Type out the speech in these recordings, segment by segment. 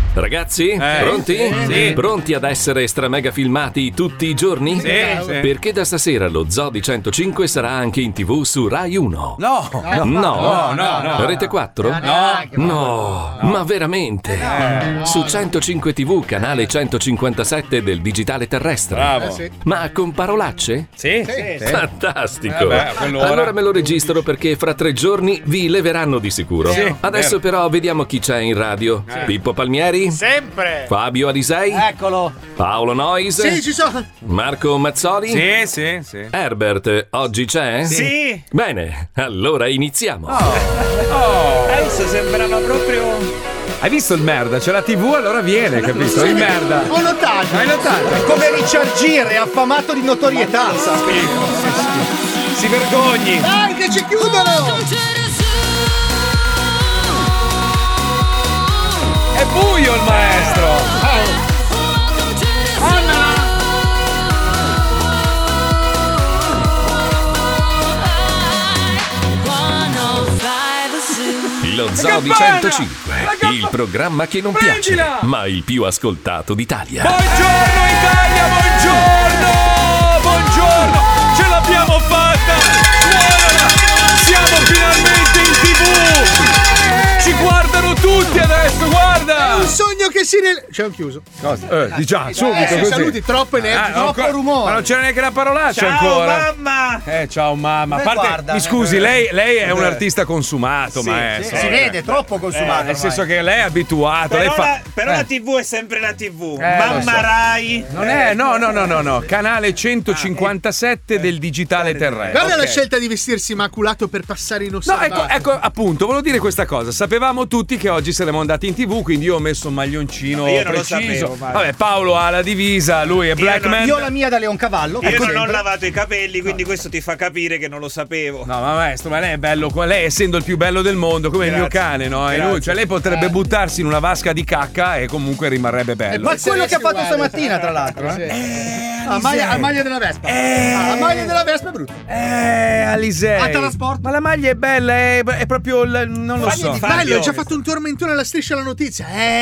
Ragazzi, pronti? Sì. Pronti ad essere stramega filmati tutti i giorni? Sì. Perché da stasera lo Zoo di 105 sarà anche in TV su Rai 1. No. Rete 4? No, ma veramente? Su 105 TV, canale 157 del digitale terrestre. Bravo. Ma con parolacce? Sì. Fantastico! Quell'ora. Allora me lo registro perché fra 3 giorni vi leveranno di sicuro. Sì. Adesso però vediamo chi c'è in radio. Pippo Palmieri? Sempre! Fabio Alisei? Eccolo. Paolo Nois? Sì, ci sono! Marco Mazzoli? Sì. Herbert, oggi c'è? Sì! Bene, allora iniziamo. Adesso sembrava proprio... Hai visto il merda? C'è la TV, allora viene, capito? Il merda. Ho notato! Hai notato? È come Richard Gere, affamato di notorietà! Si vergogni. Dai, che ci chiudono! È buio il maestro. Lo Zoo di 105, il programma che non piace, Prendila! ma il più ascoltato d'Italia. Buongiorno Italia, buongiorno. Ce l'abbiamo fatta. Suonala. Siamo finalmente in TV. Ci guardano tutti adesso, guarda. Un sogno che si... Ci hanno chiuso. Cosa? Di già, subito Sì, così. saluti, troppo energia, troppo rumore. Ma non c'era neanche la parolaccia ancora. mamma! Ciao mamma. A parte, guarda. mi scusi, lei è un artista consumato, maestro. Si vede, troppo consumato. Nel senso che lei è abituato. Lei fa... Però la TV è sempre la TV. lo Mamma so. Rai. Non è, no. Canale 157 del digitale terrestre. Guarda la Ok. scelta di vestirsi immaculato per passare No, inosservato. ecco, appunto, volevo dire questa cosa. Sapevamo tutti che oggi saremmo andati in TV, quindi io ho messo un maglioncino Io non lo preciso. sapevo, ma- Vabbè, Paolo ha la divisa, lui è Blackman. Io ho la mia da Leoncavallo. Io non sempre. ho lavato i capelli, quindi questo ti fa capire che non lo sapevo. No, ma maestro, ma lei è bello, lei essendo il più bello del mondo, come il mio Grazie. cane, no? E Grazie. lui, cioè lei potrebbe buttarsi in una vasca di cacca e comunque rimarrebbe bello. Ma quello che ha fatto uguale, stamattina, tra l'altro. A maglia della Vespa. La maglia della Vespa è brutta. Alisei. A trasporto. Ma la maglia è bella, è proprio non lo so. Bello, hai già fatto un tormentone alla striscia alla notizia.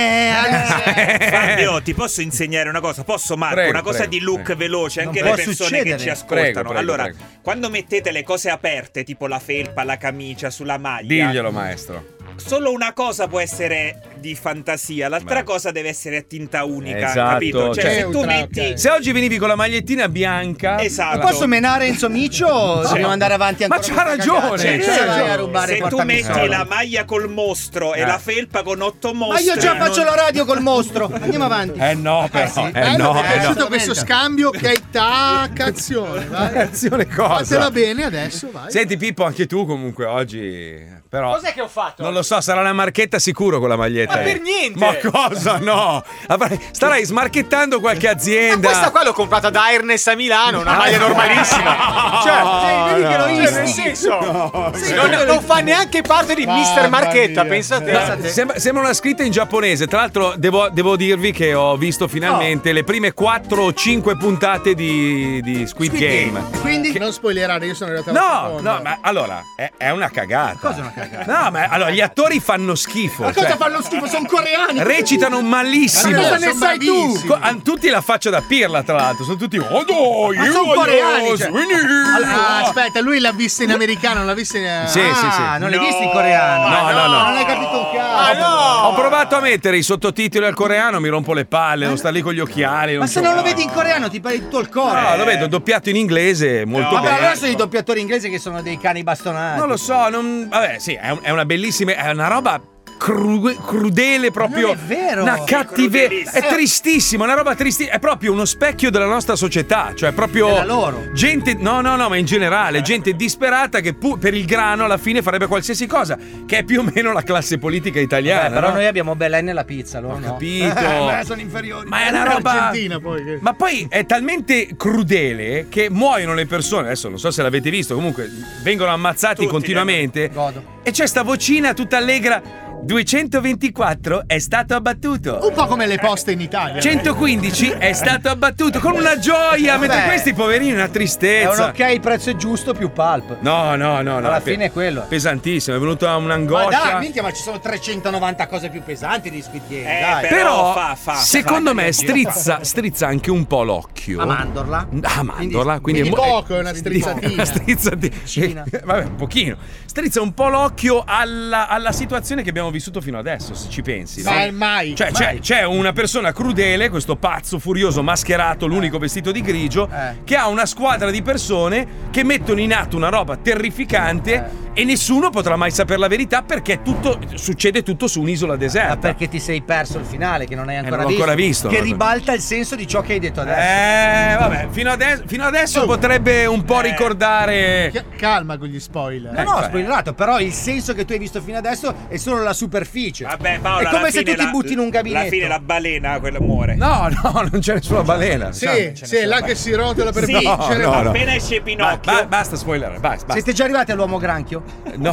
Fabio, ti posso insegnare una cosa? Posso, Marco? Prego, una cosa prego, di look prego. veloce, anche Non le può persone succedere. che ci ascoltano. Prego, allora, prego. quando mettete le cose aperte, tipo la felpa, la camicia sulla maglia, Diglielo, maestro. solo una cosa può essere di fantasia, l'altra cosa deve essere a tinta unica, Esatto, capito? Cioè, cioè- se tu Neutra, metti... ok. Se oggi venivi con la magliettina bianca, Esatto. Ma posso menare Enzo Miccio o dobbiamo andare avanti Ma ancora? c'ha questa ragione, cagata? c'ha Vai ragione. a rubare Se tu portamento. metti la maglia col mostro e la felpa con 8 Ma mostri, io già faccio non- la radio col mostro. Andiamo avanti. no, però. sì. Bello, mi è no. piaciuto questo scambio che hai taccazione. Vai. Azione cosa? Fatela bene adesso, vai. Senti Pippo, anche tu comunque oggi. Però. Cos'è che ho fatto? Non lo so, sarà una marchetta sicuro con la maglietta. Ma per niente. Ma cosa? No! Starai smarchettando qualche azienda. Questa qua l'ho comprata da Ernest a Milano, una maglia normalissima. Cioè, vedi che lo nel senso, non fa neanche parte di Mister Marchetta, pensa te. Sembra una scritta in giapponese. Tra l'altro, devo dirvi che ho visto finalmente le prime 4 o 5 puntate di Squid Game. Quindi non spoilerare, io sono arrivato alla No, seconda. no, ma allora è una cagata. Cosa è una cagata? No, ma allora gli attori fanno schifo. Ma cosa fanno schifo? Sono coreani. Recitano malissimo. Ma cosa ne sai tu? bravissimi. Hanno tutti la faccia da pirla, tra l'altro. Sono tutti. Oh, no, Ma sono coreani, cioè. Allora, Aspetta, lui l'ha vista in americano, non l'ha vista in... Sì, sì, sì. Ah, non l'hai visto in coreano? No. Non hai capito un cazzo. Ho provato a mettere i sottotitoli al coreano, mi rompo le palle, non sta lì con gli occhiali. Ma se non lo vedi in coreano ti pari tutto il core. No, lo vedo doppiato in inglese, molto Vabbè, bene. allora sono i doppiatori inglesi che sono dei cani bastonati. Non lo so, vabbè, sì, è una bellissima, è una roba crudele proprio. Non è vero. Una cattiveria. Crudelissima. È tristissima, una roba tristissima. È proprio uno specchio della nostra società. Cioè, proprio. Della loro. Gente. No, ma in generale, gente disperata che per il grano alla fine farebbe qualsiasi cosa. Che è più o meno la classe politica italiana. Però no? noi abbiamo Belen e la pizza, loro no. Capito. sono inferiori. Ma è una roba. Argentina poi. che- Ma poi è talmente crudele che muoiono le persone. Adesso non so se l'avete visto, comunque vengono ammazzati Tutti, continuamente. Godo. E c'è sta vocina tutta allegra. 224 è stato abbattuto. Un po' come le poste in Italia. 115 è stato abbattuto con una gioia, mentre Beh, questi poverini una È tristezza. un ok, il prezzo è giusto più pulp. No. Alla fine è quello. Pesantissimo, è venuta Ma un'angoscia. dai, minchia, ma ci sono 390 cose più pesanti di Squid Game. Dai. Però secondo me fa. strizza anche un po' l'occhio. A mandorla. Quindi poco, è una strizzatina. Una strizzatina. Vabbè, un pochino. Strizza un po' l'occhio alla situazione che abbiamo vissuto fino adesso, se ci pensi. no? Mai. Cioè, c'è una persona crudele, questo pazzo furioso mascherato, l'unico vestito di grigio, che ha una squadra di persone che mettono in atto una roba terrificante e nessuno potrà mai sapere la verità perché succede tutto su un'isola deserta. Ma perché ti sei perso il finale che non hai non l'ho ancora visto. Che ribalta il senso di ciò che hai detto adesso. Vabbè, fino adesso potrebbe un po' ricordare. Calma con gli spoiler. No, ho spoilerato, però il senso che tu hai visto fino adesso è solo la superficie. Vabbè, Paolo, è come se tu ti butti in un gabinetto. Alla fine la balena quella muore. No, non c'è nessuna balena. Sì, è là che si rotola per vincere. no. Appena esce Pinocchio. Basta spoiler, basta. Siete già arrivati all'uomo granchio? No.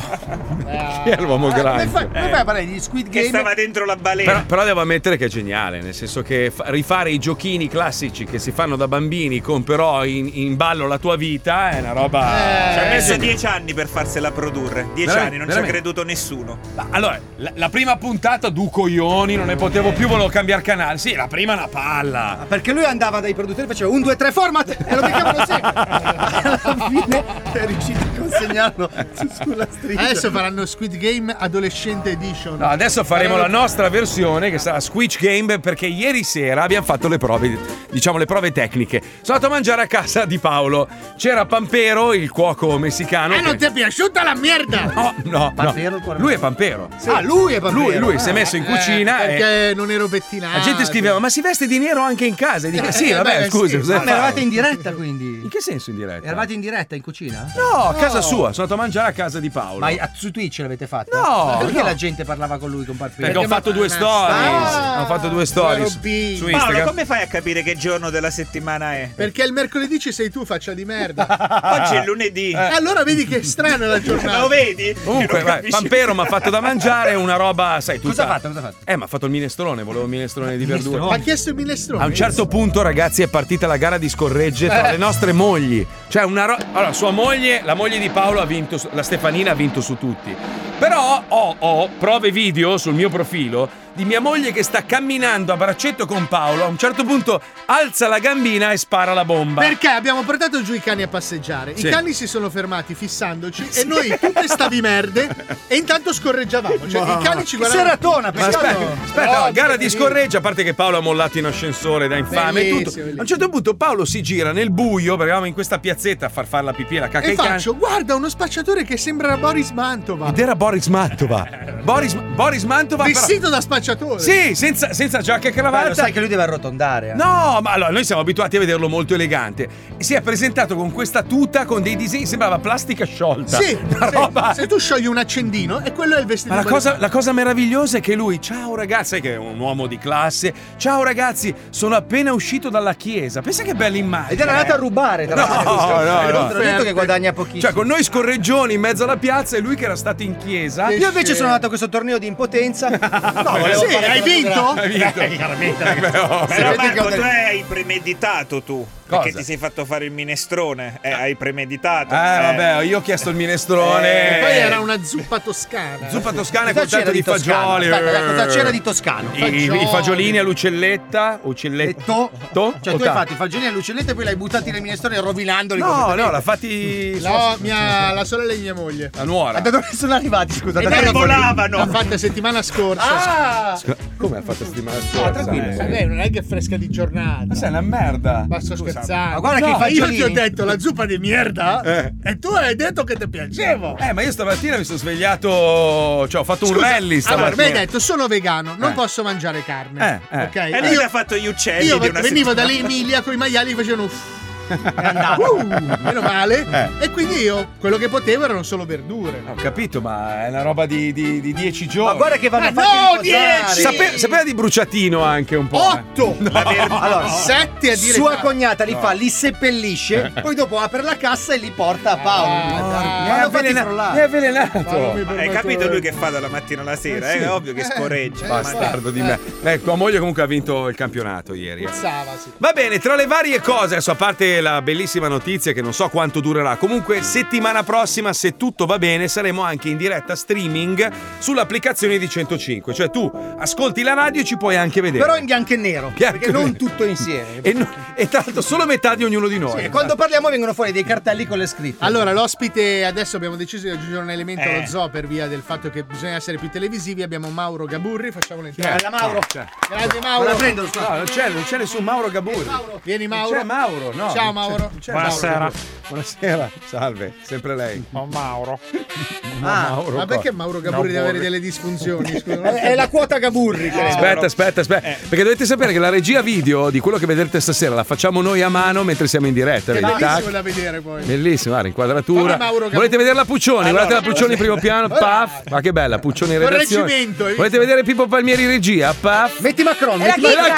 Chi è l'uomo granchio? Come fai a parlare di Squid Che Game? stava dentro la balena. Però devo ammettere che è geniale, nel senso che rifare i giochini classici che si fanno da bambini con però in ballo la tua vita è una roba. Ci ha messo 10 anni per farsela produrre. 10 anni, non ci ha creduto nessuno. Allora, la prima puntata, du coglioni, non ne potevo più, volevo cambiare canale. Sì, la prima è una palla. Perché lui andava dai produttori e faceva 1, 2, 3 format e lo beccavano sempre. Alla fine è riuscito a consegnarlo sulla striscia. Adesso faranno Squid Game Adolescente Edition. No, adesso faremo la nostra versione che sarà Squid Game, perché ieri sera abbiamo fatto le prove, diciamo le prove tecniche. Sono andato a mangiare a casa di Paolo. C'era Pampero, il cuoco messicano. Non ti è piaciuta la merda? No. Pampero, il Lui è Pampero. Sì. Lui è Pampero. Lui si è messo in cucina Perché non ero pettinato. la gente scriveva: ma si veste di nero anche in casa? E dico, sì, vabbè, scusa. sì. Ma eravate in diretta quindi? In che senso in diretta? Eravate in diretta in cucina? No, a casa sua. Sono andato a mangiare a casa di Paolo. Ma su Twitch l'avete fatto? No, Ma perché no. la gente parlava con lui con Pampero? Perché ho fatto due stories. Ho fatto due stories su Paolo, Instagram. come fai a capire che giorno della settimana è? Perché il mercoledì ci sei tu, faccia di merda. Oggi è lunedì. Allora vedi che strana la giornata. Lo vedi? Comunque, Non capisci. Pampero mi ha fatto da mangiare una roba, sai, tutta. Cosa ha fatto? Mi ha fatto il minestrone, volevo il minestrone di verdure. Ma ha chiesto il minestrone. A un certo punto, ragazzi, è partita la gara di scorregge tra le nostre mogli. Cioè, allora, sua moglie, la moglie di Paolo ha vinto, la Stefanina ha vinto su tutti. Però ho prove video sul mio profilo di mia moglie che sta camminando a braccetto con Paolo. A un certo punto alza la gambina e spara la bomba. Perché abbiamo portato giù i cani a passeggiare. Sì. I cani si sono fermati fissandoci e noi tutte sta di merde e intanto scorreggiavamo. Cioè i cani ci guardavano. Seratona, Ma aspetta, gara di scorreggia, a parte che Paolo ha mollato in ascensore da infame e tutto. Bellissimo. A un certo punto Paolo si gira nel buio, perché eravamo in questa piazzetta a far la pipì e la cacca E ai cani. faccio, guarda uno spacciatore che sembra Boris Mantova. Ed era Boris Mantova. Boris Mantova. Vestito da spacciatore. Sì, senza giacca e cravatta. Lo sai che lui deve arrotondare. No, ma allora noi siamo abituati a vederlo molto elegante. E si è presentato con questa tuta con dei disegni, sembrava plastica sciolta. Sì, una sì. roba. Se tu sciogli un accendino e quello è il vestito. Ma di Boris la cosa meravigliosa è che lui, ciao ragazzi, sai che è un uomo di classe. Ciao ragazzi, sono appena uscito dalla chiesa. Pensa che bella immagine. Ed era andato a rubare. Tra l'altro. No. Te l'ho detto che guadagna pochissimo. Cioè, con noi scorreggioni in mezzo alla piazza e lui che era stato in chiesa. Che Io invece sono andato a questo torneo di impotenza. No, volevo Sì, fare hai quello vinto? Hai vinto. Però Marco, tu hai premeditato tu. Perché Cosa? ti sei fatto fare il minestrone. Hai premeditato. Vabbè, io ho chiesto il minestrone. E poi era una zuppa toscana. Zuppa toscana Cosa con tanto c'era di Toscano? fagioli. Aspetta, cosa c'era di toscano? I fagiolini all'uccelletta. Cioè tu hai fatto i fagiolini all'uccelletta e poi l'hai buttati nel minestrone rovinandoli. No, l'ha fatti No, la sorella di mia moglie. la nuora. Da dove sono arrivati, scusa? E Da dove dove volavano? L'ha fatta settimana scorsa. Come ha fatto settimana scorsa? tranquillo. Lei non è che è fresca di giornata. Ma sei una merda. Ma sto scherzando. Ma guarda che i io fagiolini. ti ho detto la zuppa di merda e tu hai detto che ti piacevo. Ma io stamattina mi sono svegliato. Cioè, ho fatto un Scusa, rally allora, mi stamattina. hai detto sono vegano, non posso mangiare carne. Ok? E lui ha fatto gli uccelli Io di una venivo settimana. dall'Emilia con i maiali che facevano uff. È andato. Meno male. E quindi io, quello che potevo erano solo verdure. Ho capito, ma è una roba di 10 giorni. Ma guarda che vanno Ma fatti no, riposare. 10! Sapeva di bruciatino anche un po'. 8! Allora, 7 a dire. sua cognata li fa, li seppellisce, poi dopo apre la cassa e li porta a Paolo. Mi è avvelenato. Hai capito lui che fa dalla mattina alla sera? È ovvio che scorreggia. Bastardo di me. Tua moglie comunque ha vinto il campionato ieri. Pensava, sì. Va bene, tra le varie cose, adesso a parte la bellissima notizia che non so quanto durerà, comunque settimana prossima, se tutto va bene, saremo anche in diretta streaming sull'applicazione di 105. Cioè tu ascolti la radio e ci puoi anche vedere. Però in bianco e nero, perché non tutto insieme. E tra l'altro solo metà di ognuno di noi. Sì, e quando parliamo vengono fuori dei cartelli con le scritte. Allora, l'ospite, adesso abbiamo deciso di aggiungere un elemento allo zoo per via del fatto che bisogna essere più televisivi. Abbiamo Mauro Gaburri, facciamolo entrare. Bella Mauro. Grande Me Mauro. la prendo, No, non c'è nessun Mauro Gaburri. Vieni Mauro. C'è Mauro, no. Ciao non Mauro. c'è Buonasera. Mauro. Buonasera. Salve, sempre lei. Mauro. Mauro. Ma perché Mauro Gaburri deve avere delle disfunzioni? Scusa, È la quota Gaburri. Aspetta. Perché dovete sapere che la regia video di quello che vedrete stasera la facciamo noi a mano mentre siamo in diretta. è Vedi? bellissimo Tac. da vedere poi. Bellissimo, guarda, inquadratura. Come Mauro Gaburri. Volete vedere la Puccioni? Guardate la Puccioni in primo piano. Paf. Ma che bella, Puccioni in redazione. Correggimento, hai Volete vedere Pippo Palmieri in regia? Paf. Metti Macron, E la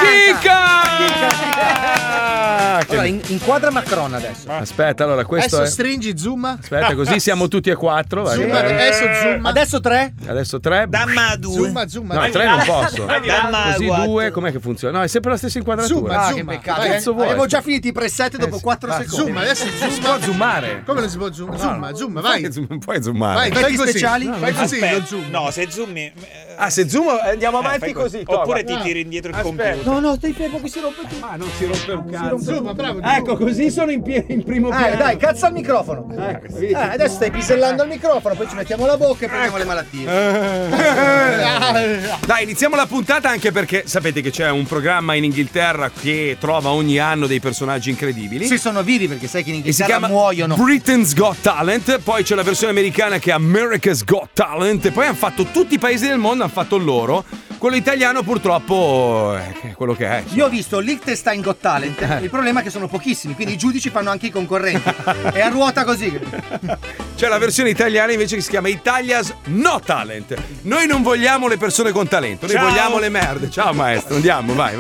chicca! Allora, inquadra Macron adesso. Aspetta, allora questo Adesso è. stringi, zoom. Aspetta, così siamo tutti e quattro. Vai, Zoom, vai. adesso zoom. Adesso 3. Adesso 3. Damma due. Zoom. No, 3 non posso. Damma Così quattro. 2, com'è che funziona? No, è sempre la stessa inquadratura. Zoom, Che zoom. peccato. Vai, cazzo vuoi? Avevo già finito i preset dopo 4 Vai, secondi. Zoom, adesso Non si zoom. può zoomare. Come non si può zoom? Zoom, Non vai. puoi zoomare. Vai, fai Effetti così. speciali? Fai così, Aspetta, lo zoom. no, se zoomi. Ah, se zoom andiamo avanti fai così. Oppure toma. ti tiri indietro il Aspetta. computer. No, stai fermo che si rompe tutto. Ah, non si rompe un cazzo. Zoom, bravo. Ecco, così sono in primo piano. Dai, cazzo al microfono. Adesso stai pisellando al microfono, poi ci mettiamo la bocca e prendiamo le malattie. Dai, iniziamo la puntata anche perché sapete che c'è un programma in Inghilterra che trova ogni anno dei personaggi incredibili. Sì, sono vivi perché sai che in E si Inghilterra chiama muoiono. Britain's Got Talent. Poi c'è la versione americana che è America's Got Talent. E poi hanno fatto tutti i paesi del mondo, hanno fatto il loro. Quello italiano purtroppo è quello che è. Io ho visto Liechtenstein Got Talent. Il problema è che sono pochissimi, quindi i giudici fanno anche i concorrenti. E a ruota così. C'è la versione italiana invece che si chiama Italia's No Talent. Noi non vogliamo le persone con talento, noi Ciao. vogliamo le merde. Ciao maestro, andiamo, vai.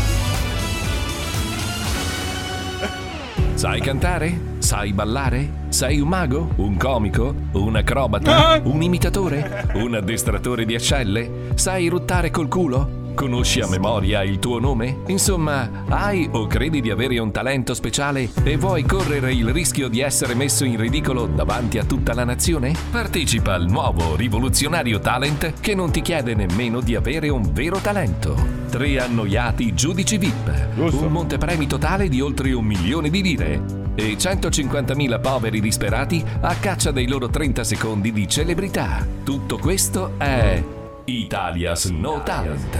Sai cantare? Sai ballare? Sei un mago? Un comico? Un acrobata? Un imitatore? Un addestratore di ascelle? Sai ruttare col culo? Conosci a memoria il tuo nome? Insomma, hai o credi di avere un talento speciale e vuoi correre il rischio di essere messo in ridicolo davanti a tutta la nazione? Partecipa al nuovo rivoluzionario talent che non ti chiede nemmeno di avere un vero talento. 3 annoiati giudici VIP, un montepremi totale di oltre 1 milione di lire e 150.000 poveri disperati a caccia dei loro 30 secondi di celebrità. Tutto questo è Italia's No Talent.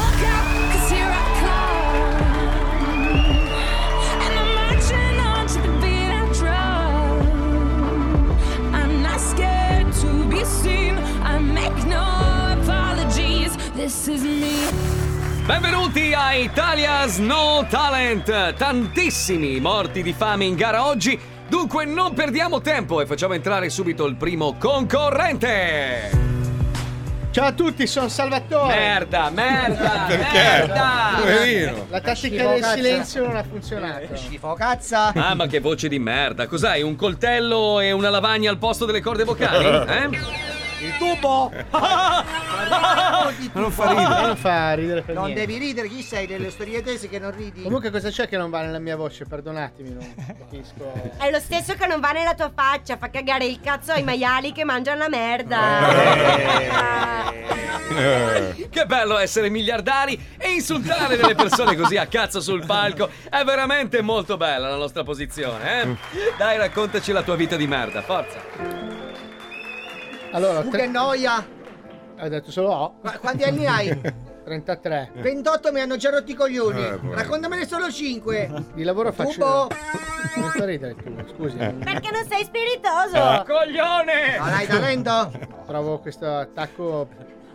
Benvenuti a Italia's No Talent! Tantissimi morti di fame in gara oggi, dunque non perdiamo tempo e facciamo entrare subito il primo concorrente! Ciao a tutti, sono Salvatore. Merda! Poverino. La tattica del silenzio non ha funzionato. Schifo cazza. Ah, ma che voce di merda! Cos'hai, un coltello e una lavagna al posto delle corde vocali? Il tubo. Ma non fa ridere. Non fa ridere per Non niente. devi ridere, chi sei delle storie tese che non ridi? Comunque cosa c'è che non va nella mia voce? Perdonatemi, non capisco. È lo stesso che non va nella tua faccia, fa cagare il cazzo ai maiali che mangiano la merda. Che bello essere miliardari e insultare delle persone così a cazzo sul palco. È veramente molto bella la nostra posizione, eh? Dai, raccontaci la tua vita di merda, forza. Allora, Che noia. hai detto solo O. Quanti anni hai? 33. 28 mi hanno già rotti i coglioni. Raccontamene solo 5. Di lavoro faccio. Tubo. Non fa ridere tu, scusi. Perché non sei spiritoso? Coglione! Non hai talento? Provo questo attacco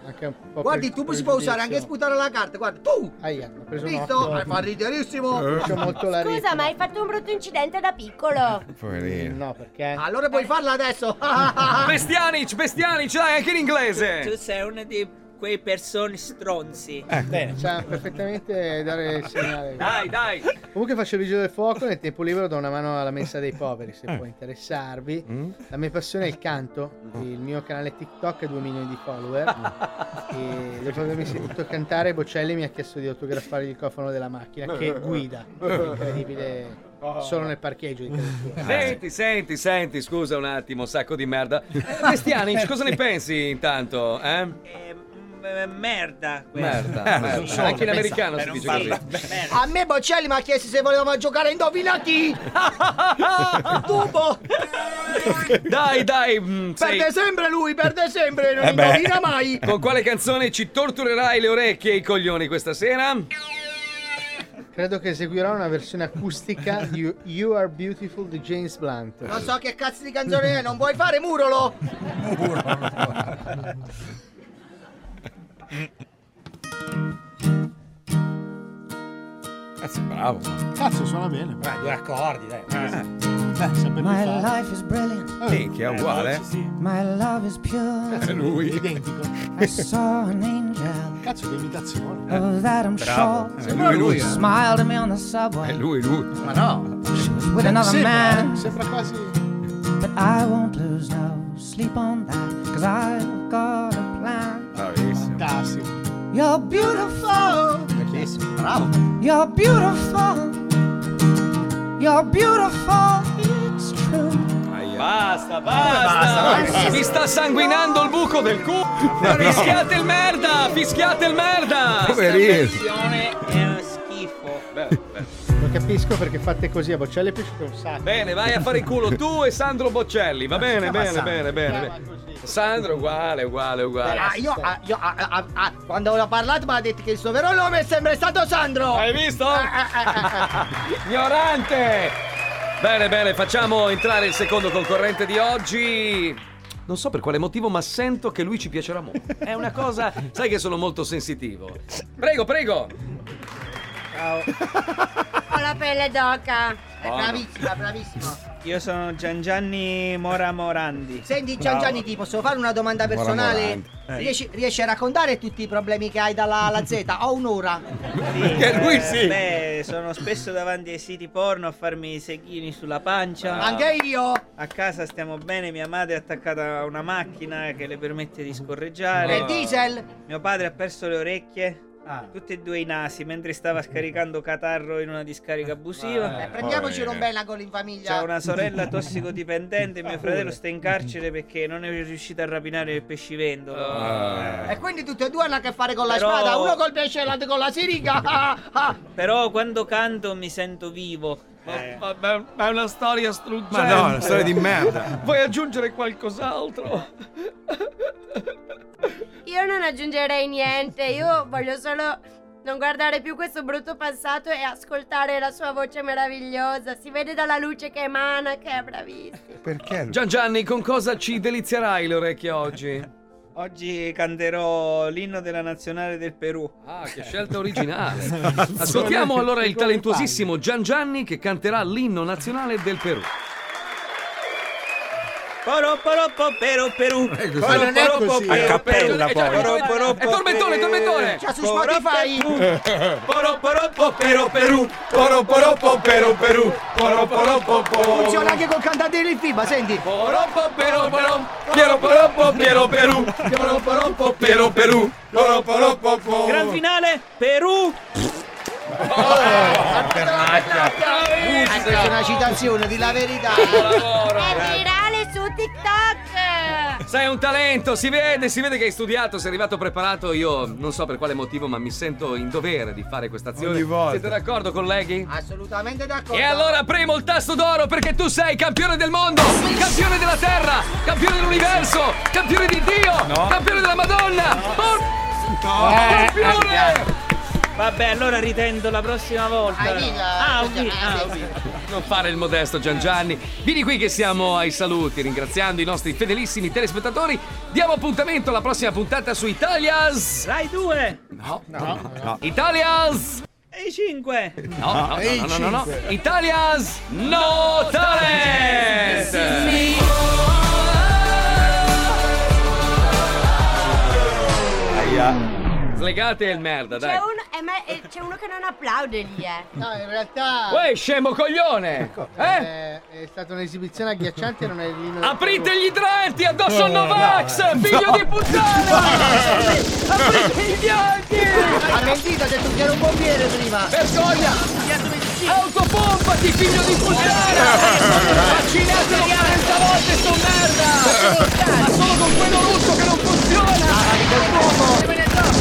Anche un po' Guardi, tu si può usare anche sputare la carta, guarda. Tu! Aia, ho preso un Visto? occhio. Fa riderissimo. C'ho molto la Scusa, retina. ma hai fatto un brutto incidente da piccolo. Poverino. No, perché? Allora puoi farla adesso. Bestianic, dai, anche in inglese. Tu sei uno di quei persone stronzi. Bene, sa perfettamente dare il segnale. Dai. Comunque faccio il vigile del fuoco, nel tempo libero do una mano alla mensa dei poveri, se può interessarvi. La mia passione è il canto, il mio canale TikTok ha 2 milioni di follower. E dopo avermi sentito cantare, Bocelli mi ha chiesto di autografare il cofano della macchina che guida. Incredibile. Solo nel parcheggio di Senti, scusa un attimo, sacco di merda. Bestianic, cosa ne pensi intanto, Merda. Merda. Anche in americano si dice così. A me Bocelli mi ha chiesto se volevamo giocare a Indovina chi. Tubo. Dai, Perde sempre lui, non indovina mai. Con quale canzone ci torturerai le orecchie e i coglioni questa sera? Credo che eseguirò una versione acustica di You Are Beautiful di James Blunt. Non so che cazzo di canzone è, non vuoi fare Murolo? Cazzo, bravo. Cazzo, suona bene. 2 accordi, dai. My life is brilliant. Che è uguale? My love is pure. È lui. Identico. I saw an angel. Cazzo, che imitazione. Of that I'm sure. Sembra lui. Smiled at me on the subway. È lui. Ma no. She was with another man. Sembra quasi. But I won't lose no sleep on that. Cause I've got a plan. Bravissimo. Fantastico. You're beautiful. Bellissimo, bravo. You're beautiful. You're beautiful. It's true. Basta. basta. Mi sta sanguinando il buco del culo. Fischiate il merda. Poverino. È uno schifo. Lo capisco perché fatte così a Bocelli è piaciuto un sacco. Bene, vai a fare il culo tu e Sandro Boccelli. Va bene. Sandro uguale. Io quando ho parlato mi ha detto che il suo vero nome è sempre stato Sandro. Hai visto? Ignorante. Bene, facciamo entrare il secondo concorrente di oggi. Non so per quale motivo, ma sento che lui ci piacerà molto. È una cosa, sai che sono molto sensitivo. Prego. Ciao. Ho la pelle d'oca. Bravissima. Io sono Gianni Morandi. Senti Gianni, ti posso fare una domanda personale? Riesci a raccontare tutti i problemi che hai dalla A alla Z? Ho un'ora. Che lui sì. Beh, sono spesso davanti ai siti porno a farmi i sechini sulla pancia. Anche io. A casa stiamo bene, mia madre è attaccata a una macchina che le permette di scorreggiare. E diesel. Mio padre ha perso le orecchie. Tutti e 2 i nasi mentre stava scaricando catarro in una discarica abusiva. Prendiamoci un bel angolo in famiglia. C'è una sorella tossicodipendente. Mio fratello sta in carcere perché non è riuscito a rapinare il pescivendolo. E quindi tutti e 2 hanno a che fare con la Però- spada. Uno col pesce e l'altro con la siriga. Però quando canto mi sento vivo. Vabbè, è una storia struggente. Ma no, una storia di merda. Vuoi aggiungere qualcos'altro? Io non aggiungerei niente, io voglio solo non guardare più questo brutto passato e ascoltare la sua voce meravigliosa. Si vede dalla luce che emana che è bravissimo. Perché? Gianni, con cosa ci delizierai le orecchie oggi? Oggi canterò l'inno della nazionale del Perù. Ah, che scelta originale. Ascoltiamo allora il talentuosissimo Gianni che canterà l'inno nazionale del Perù. Poro Perù. Ma non è così. A cappella poi. È tormentone. C'è su Spotify. Perù. Perù. Funziona anche col cantante del film, senti. Perù. Gran finale, Perù. Questa è una citazione, di la verità. È virale su TikTok. Sei un talento, si vede che hai studiato, sei arrivato preparato. Io non so per quale motivo, ma mi sento in dovere di fare questa azione. Ogni volta. Siete d'accordo, colleghi? Assolutamente d'accordo. E allora premo il tasto d'oro perché tu sei campione del mondo, campione della terra, campione dell'universo, campione di Dio, campione della Madonna. Campione! Vabbè, allora ritendo la prossima volta. Ho vinto. Non fare il modesto Gianni. Vieni qui che siamo ai saluti, ringraziando i nostri fedelissimi telespettatori. Diamo appuntamento alla prossima puntata su Italias. Rai 2. No. Italias. E i 5. No. Italias No Talent. Slegate il merda, dai. C'è uno che non applaude lì, No, in realtà. Uè, scemo coglione! È stata un'esibizione agghiacciante e non è lì. Aprite gli idranti addosso al Novax! Figlio di puttana! Aprite gli idranti! Ha mentito, ha detto che era un bombiere prima. Vergogna! Autopompati, figlio di puttana! Vaccinatelo 40 volte, sto merda! Ma solo con quello russo che non funziona!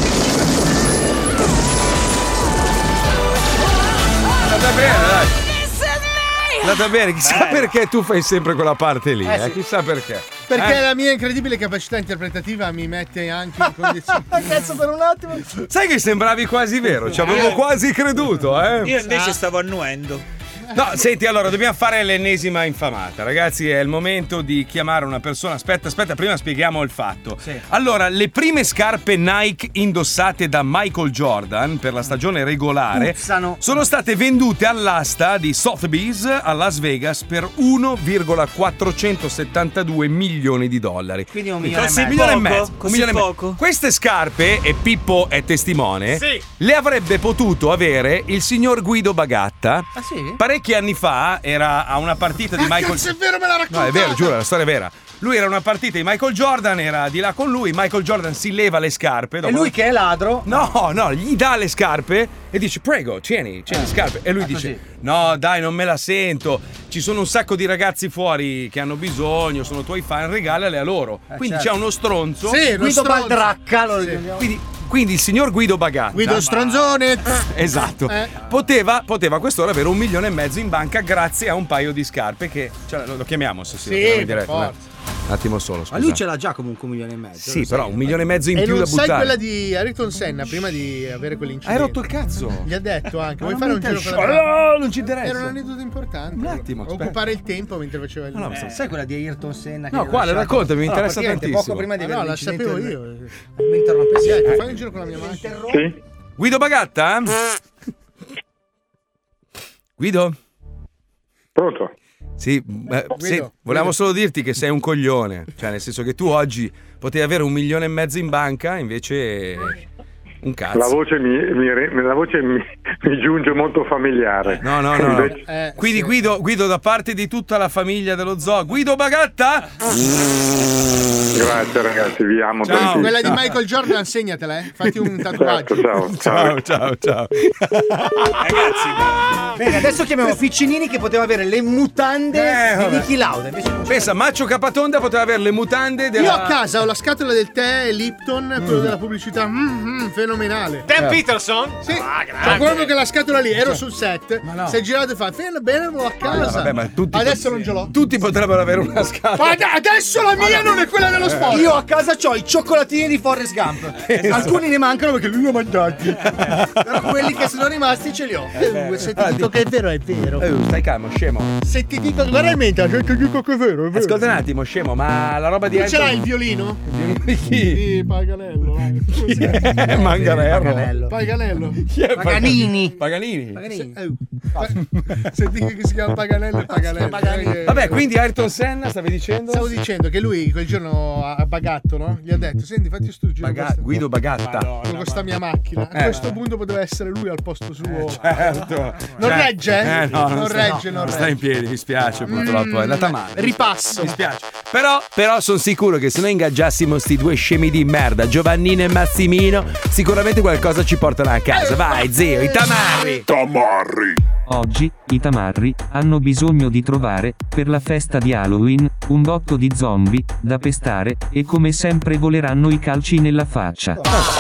Andata bene, dai. Andata bene, chissà perché tu fai sempre quella parte lì, sì. Chissà perché. Perché la mia incredibile capacità interpretativa mi mette anche in condizioni. Cazzo, per un attimo. Sai che sembravi quasi vero, ci avevo quasi creduto, Io invece stavo annuendo. No, senti, allora dobbiamo fare l'ennesima infamata. Ragazzi, è il momento di chiamare una persona. Aspetta, prima spieghiamo il fatto. Sì. Allora, le prime scarpe Nike indossate da Michael Jordan per la stagione regolare sono state vendute all'asta di Sotheby's a Las Vegas per 1,472 milioni di dollari. Quindi $1,5 milione. Così poco. Queste scarpe, e Pippo è testimone, le avrebbe potuto avere il signor Guido Bagatta. Ah sì? Parecchi anni fa era a una partita di Michael. Cazzo, è vero, me l'ha raccontato. No, è vero, giuro, la storia è vera. Lui era a una partita di Michael Jordan, era di là con lui. Michael Jordan si leva le scarpe. E lui che è ladro? No, gli dà le scarpe e dice: prego, tieni scarpe. E lui dice: no, dai, non me la sento. Ci sono un sacco di ragazzi fuori che hanno bisogno, sono tuoi fan, regalale a loro. Quindi c'è uno stronzo. Sì, Guido Baldracca. Quindi il signor Guido Bagatta, Guido Stronzone. esatto, poteva a quest'ora avere $1,5 milioni in banca grazie a un paio di scarpe che lo chiamiamo se sì, per forza. Un attimo solo, scusa. Ma lui ce l'ha già comunque $1,5 milioni. Sì, però $1,5 milioni in più da buttare. Sai quella di Ayrton Senna prima di avere quell'incidente? Hai rotto il cazzo. Gli ha detto anche: vuoi fare un giro per No, non ci interessa. Era un aneddoto importante. Un attimo, aspetta. Occupare il tempo mentre faceva il Sai quella di Ayrton Senna? No, quale? Raccontami, mi interessa tantissimo. Poco prima di avere la sapevo io. Mi interrompessi. Fai un giro con la mia macchina. Sì. Guido Bagatta? Guido? Pronto? Sì, volevamo solo dirti che sei un coglione. Cioè, nel senso che tu oggi potevi avere $1,5 milioni in banca, invece un cazzo. La voce mi giunge molto familiare. No. Quindi sì. Guido, da parte di tutta la famiglia dello zoo, Guido Bagatta? Grazie ragazzi, vi amo tantissimo. Quella di Michael Jordan, segnatela, fatti un tatuaggio. Ciao. Ciao. Ragazzi, bene, adesso chiamiamo Ficcinini che poteva avere le mutande di Niki Lauda. Pensa, Maccio Capatonda poteva avere le mutande della... Io a casa ho la scatola del tè Lipton, quello della pubblicità, fenomenale. Dan Peterson? Sì, ma quello che la scatola lì, ero sul set, si è girato e fa, bene, a casa. Vabbè, ma adesso non ce l'ho. Tutti potrebbero avere una scatola. Ma adesso la mia non è quella dello sport. Io a casa c'ho i cioccolatini di Forrest Gump. Alcuni ne mancano perché lui li ha mangiati. Però quelli che sono rimasti ce li ho. Se ti dico che è vero, è vero. Stai calmo, scemo. Se ti dico, guarda in mente, se ti dico che è vero, è vero. Ascolta un attimo, scemo, ma la roba di ce l'hai il violino? Di chi? Sì, Paganello. Manganello. Paganello. Chi è Paganini. Paganini. Se dico che si chiama Paganello, è Paganello. Vabbè, quindi Ayrton Senna stavi dicendo? Stavo dicendo che lui quel giorno a Bagatto, no? Gli ha detto: senti, fatti sto giro Guido Bagatta con questa mia macchina. A questo punto poteva essere lui al posto suo. Certo. Non regge? No, non regge. Sta in piedi, mi spiace, purtroppo è andata male. Ripasso. Mi spiace. Però sono sicuro che se noi ingaggiassimo sti due scemi di merda, Giovannino e Massimino, sicuramente qualcosa ci portano a casa. Vai, zio, i tamarri. Oggi, i tamarri hanno bisogno di trovare, per la festa di Halloween, un botto di zombie da pestare e come sempre voleranno i calci nella faccia.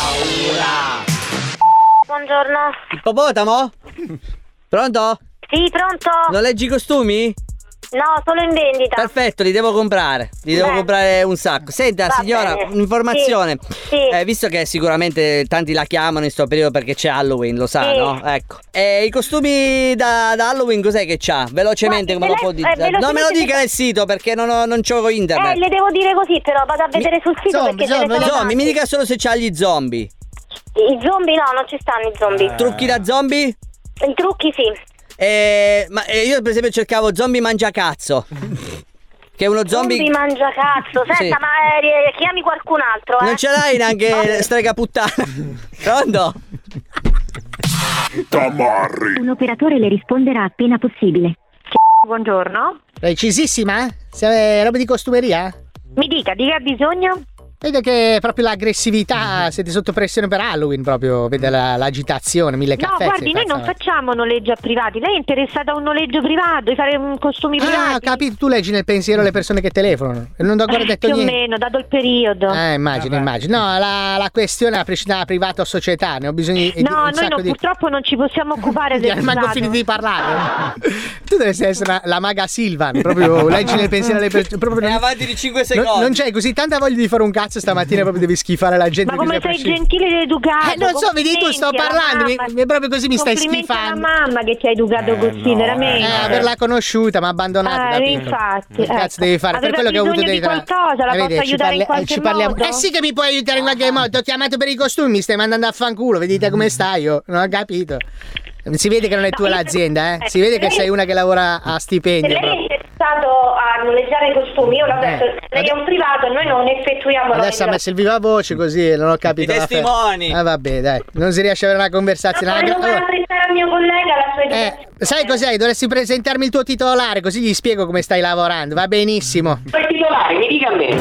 Buongiorno. Ippopotamo? Pronto? Sì, pronto? Noleggi costumi? No, solo in vendita. Perfetto, li devo comprare. Li devo comprare un sacco. Senta, Va signora, bene. un'informazione. Sì. Visto che sicuramente tanti la chiamano in sto periodo perché c'è Halloween, lo sa, Sì. no? Ecco. I costumi da Halloween cos'è che c'ha? Velocemente, come lo può dire? Non me lo dica nel sito perché non c'ho internet. Le devo dire così, però vado a vedere sul sito perché ce ne sono zombie, tanti. mi dica solo se c'ha gli zombie. I zombie no, non ci stanno i zombie. Trucchi da zombie? I trucchi sì. Ma io per esempio cercavo zombie mangiacazzo. Che è uno zombie mangia cazzo. Senta, Sì. ma chiami qualcun altro, Non ce l'hai neanche strega puttana. Pronto? Tamarri. Un operatore le risponderà appena possibile. Buongiorno. Precisissima? Siete roba di costumeria? Mi dica ha bisogno? Vedo che proprio l'aggressività, siete sotto pressione per Halloween proprio, vede l'agitazione, 1000 No, caffè. guardi, noi non facciamo noleggio a privati. Lei è interessata a un noleggio privato, di fare costumi Ah, ho privati? capito, tu leggi nel pensiero le persone che telefonano. E non ho ancora detto più niente. o meno, dato il periodo. Immagino. No, la questione è la prescindere da privato o società, ne ho bisogno di No, un noi sacco non, di... purtroppo non ci possiamo occupare del Non manco privato. finito di parlare. Tu dovresti essere la maga Silvan, proprio leggi nel pensiero alle persone. Proprio avanti di 5 secondi. Non c'hai così tanta voglia di fare un cazzo stamattina, proprio devi schifare la gente. Ma come così a sei prescindere. gentile ed educato. Non so, vedi tu, sto parlando, mi proprio così mi stai Complimenti schifando. alla mamma che ti ha educato così, veramente. Averla conosciuta, ma abbandonata da piccolo. Infatti. Che cazzo devi fare? Per Aveva quello che ho avuto bisogno dei di qualcosa, la posso aiutare in qualche modo? sì che mi puoi aiutare in qualche modo. Ti ho chiamato per i costumi, mi stai mandando a fanculo. Vedete come stai io? Non ho capito. Si vede che non è tua l'azienda, eh? Si vede che sei una che lavora a Se stipendio. lei proprio. è interessato a noleggiare i costumi, io l'ho detto, lei è un privato e noi non effettuiamo Adesso ha messo il viva voce così, non ho capito. I la fe- testimoni. vabbè, dai. Non si riesce a avere una conversazione. Devo Allora, presentare al mio collega la sua educazione. sai cos'è? Dovresti presentarmi il tuo titolare, così gli spiego come stai lavorando. Va benissimo. Il titolare, mi dica a me.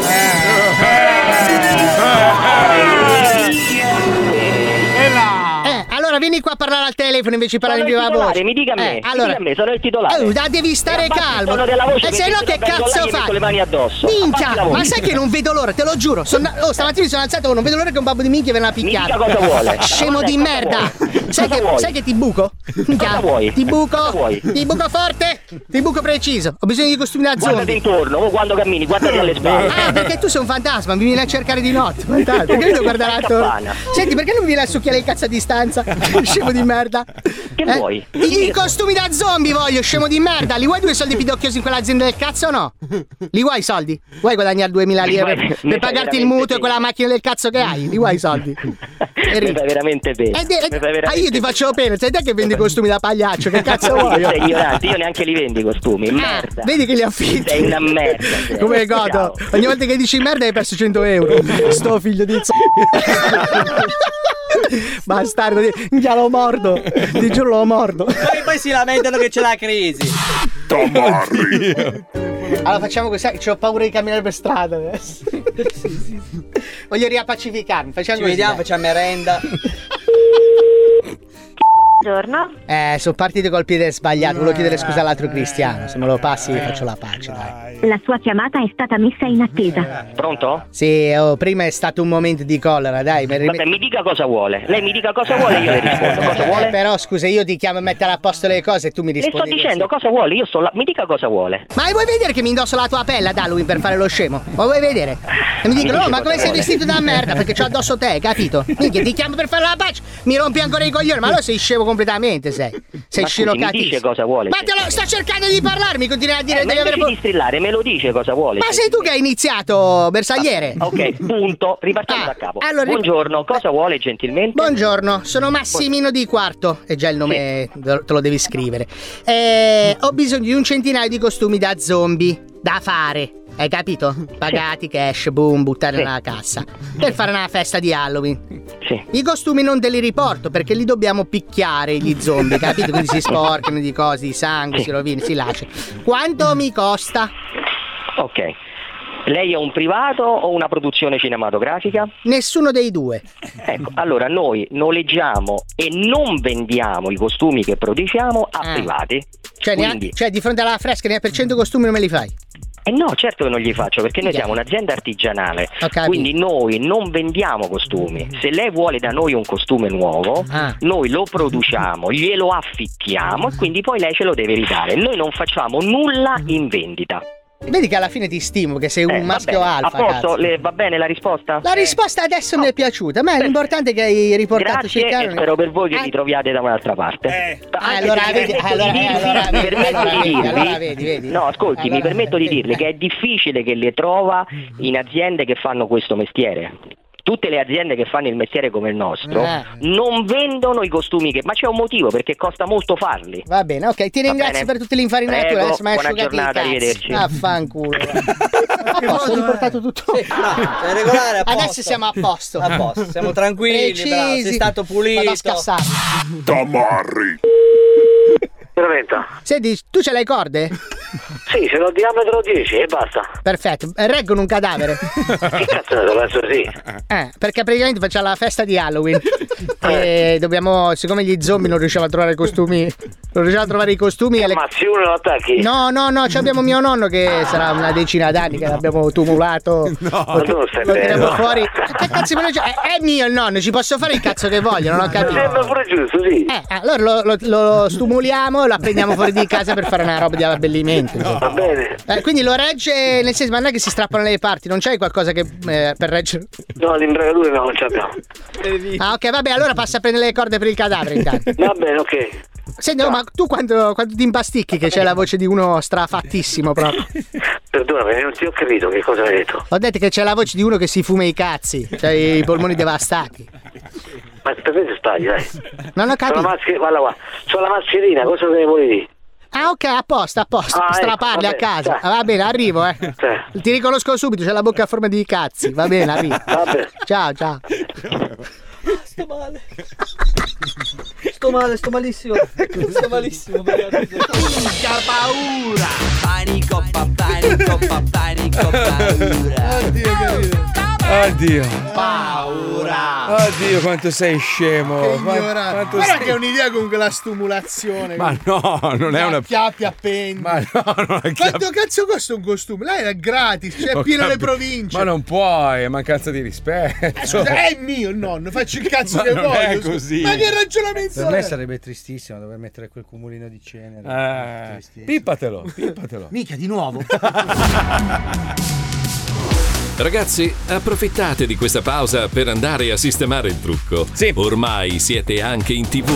Allora vieni qua a parlare al telefono invece di parlare in Sono il viva voce. titolare, mi dica a me, allora, mi dica a me, sono il titolare. devi stare Abbassi il calmo. tono della voce E se perché no se che la vengo là cazzo gli metto fai? le mani addosso. Abbassi la Minchia, voce. ma sai che non vedo l'ora, te lo giuro. Stamattina mi sono alzato, non vedo l'ora che un babbo di minchia viene a picchiare. Mi dica cosa vuole. Scemo Cosa di vuoi? merda. Cosa vuoi? Sai che ti buco? Minchia, Cosa vuoi? Ti buco. Cosa vuoi? Ti buco forte. Ti buco preciso. Ho bisogno di costumi da Guardati zombie. intorno, o quando cammini, guardati alle spalle. Ah, perché tu sei un fantasma, mi vieni a cercare di notte. Perché devo guardare attorno? Campana. Senti, perché non mi vieni a succhiare il cazzo a distanza? Scemo di merda. Che vuoi? I costumi da zombie voglio, scemo di merda. Li vuoi 2 soldi pidocchiosi in quell'azienda del cazzo o no? Li vuoi i soldi? Vuoi guadagnare 2000 lire per pagarti il mutuo e quella macchina del cazzo che hai? Li vuoi i soldi? Mi fai veramente bene. Io ti faccio pena, sei te che vendi costumi da pagliaccio, che cazzo vuoi? Sei ignorante, io neanche li vendi i costumi, merda. Vedi che li affitti. Sei una merda. sei. Come godo? Ogni volta che dici merda hai perso 100 euro. Sto figlio di bastardo, minchia lo mordo. Ti giuro lo mordo. Poi si lamentano che c'è la crisi. Allora facciamo così, che ho paura di camminare per strada adesso. Voglio riappacificarmi. Facciamo Ci così, vediamo, dai. facciamo merenda. Buongiorno. Sono partito col piede sbagliato. Volevo chiedere scusa all'altro cristiano. Se me lo passi faccio la pace, dai. La sua chiamata è stata messa in attesa. Pronto? Sì, prima è stato un momento di collera, dai. Vabbè, mi dica cosa vuole. Lei mi dica cosa vuole, io le rispondo. Cosa vuole? Però scusa, io ti chiamo a mettere a posto le cose e tu mi Le rispondi. sto dicendo cosa vuole, io sto là. Mi dica cosa vuole. Ma vuoi vedere che mi indosso la tua pelle ad Halloween per fare lo scemo? Ma vuoi vedere? E mi dicono, dice no, ma cosa come sei vuole. vestito da merda? Perché c'ho addosso te, capito? Minchia, ti chiamo per fare la pace, mi rompi ancora i coglioni, ma allora sei scemo completamente, sei. Sei Ma scusi, mi scirocatissimo. dice cosa vuole. Ma te lo sto cercando di parlare, mi continui a dire Ma devi avere invece di strillare, me lo dice cosa vuole. Ma sei tu che hai iniziato, bersagliere? Ok, punto, ripartiamo da capo. allora- Buongiorno, cosa vuole gentilmente? Buongiorno, sono Massimino di Quarto. È già il nome, te lo devi scrivere. Ho bisogno di un centinaio di costumi da zombie da fare. Hai capito? Pagati, cash, boom, buttare nella cassa. Per fare una festa di Halloween. Sì. I costumi non te li riporto perché li dobbiamo picchiare gli zombie, capito? Quindi si sporcano di cose, di sangue, si rovina, si lascia. Quanto mi costa? Ok. Lei è un privato o una produzione cinematografica? Nessuno dei due. Ecco, allora noi noleggiamo e non vendiamo i costumi che produciamo a privati. Cioè, Quindi- cioè, di fronte alla fresca, ne per 100 costumi non me li fai? No, certo che non gli faccio, perché noi siamo un'azienda artigianale, quindi noi non vendiamo costumi. Se lei vuole da noi un costume nuovo, noi lo produciamo, glielo affittiamo e quindi poi lei ce lo deve ridare. Noi non facciamo nulla in vendita. Vedi che alla fine ti stimo, che sei un maschio alfa. A posto, va bene la risposta? La risposta adesso mi è piaciuta. A me l'importante è che hai riportato Grazie, e spero per voi che vi troviate da un'altra parte. Vedi. No, ascolti, mi permetto di dirle che è difficile che le trova in aziende che fanno questo mestiere. Tutte le aziende che fanno il mestiere come il nostro non vendono i costumi ma c'è un motivo, perché costa molto farli. Va bene, ok, ti ringrazio per tutte le infarinature. Prego, adesso mi hai buona asciugato giornata, arrivederci. Affanculo. Ho riportato tutto. È regolare, a posto. Adesso siamo a posto. A posto, siamo tranquilli, bravo, sei stato pulito. Vado a scassare. Tamarri. Senti, tu ce l'hai corde? Sì, ce l'ho diametro 10 e basta. Perfetto, reggono un cadavere. Che cazzo ne so, penso sì. Perché praticamente facciamo la festa di Halloween e dobbiamo, siccome gli zombie non riusciamo a trovare i costumi, Ammazzi uno e lo attacchi? No, abbiamo mio nonno che sarà una decina d'anni che l'abbiamo tumulato. Lo tiriamo fuori. Che cazzo è mio il nonno, ci posso fare il cazzo che voglio, non ho capito. Sembra pure giusto, sì. Allora lo stumuliamo e lo apprendiamo fuori di casa per fare una roba di abbellimento. Va bene. Quindi lo regge, nel senso, ma non è che si strappano le parti, non c'hai qualcosa che per reggere? No, l'imbragatura no, non ce l'abbiamo. Ok, vabbè, allora passa a prendere le corde per il cadavere intanto. Va bene, ok. Senti, ma tu quando ti impasticchi che c'è la voce di uno strafattissimo proprio? Perdonami, non ti ho capito che cosa hai detto. Ho detto che c'è la voce di uno che si fuma i cazzi, cioè i polmoni devastati. Ma per me sbagli, dai. Non ho capito. Guarda qua, c'ho la mascherina, cosa te ne vuoi dire? Ok, a posto. Straparli a casa. Va bene, arrivo, Ti riconosco subito, c'è la bocca a forma di cazzi. Va bene, arrivo. Vabbè. Ciao. Sto malissimo. Minchia paura. Panico, paura. Oddio. Paura. Oddio, quanto sei scemo. Guarda che è un'idea comunque la stumulazione. Ma no, non è una. Chiappi appendi. Ma no, non è quanto cazzo costa un costume? Lei era gratis, c'è pieno le province. Ma non puoi, è mancanza di rispetto. Scusa, è mio il nonno, faccio il cazzo che non voglio. È così. Ma che ragionamento per me sarebbe tristissimo dover mettere quel cumulino di cenere. Pippatelo. Minchia, di nuovo. Ragazzi, approfittate di questa pausa per andare a sistemare il trucco. Sì. Ormai siete anche in TV.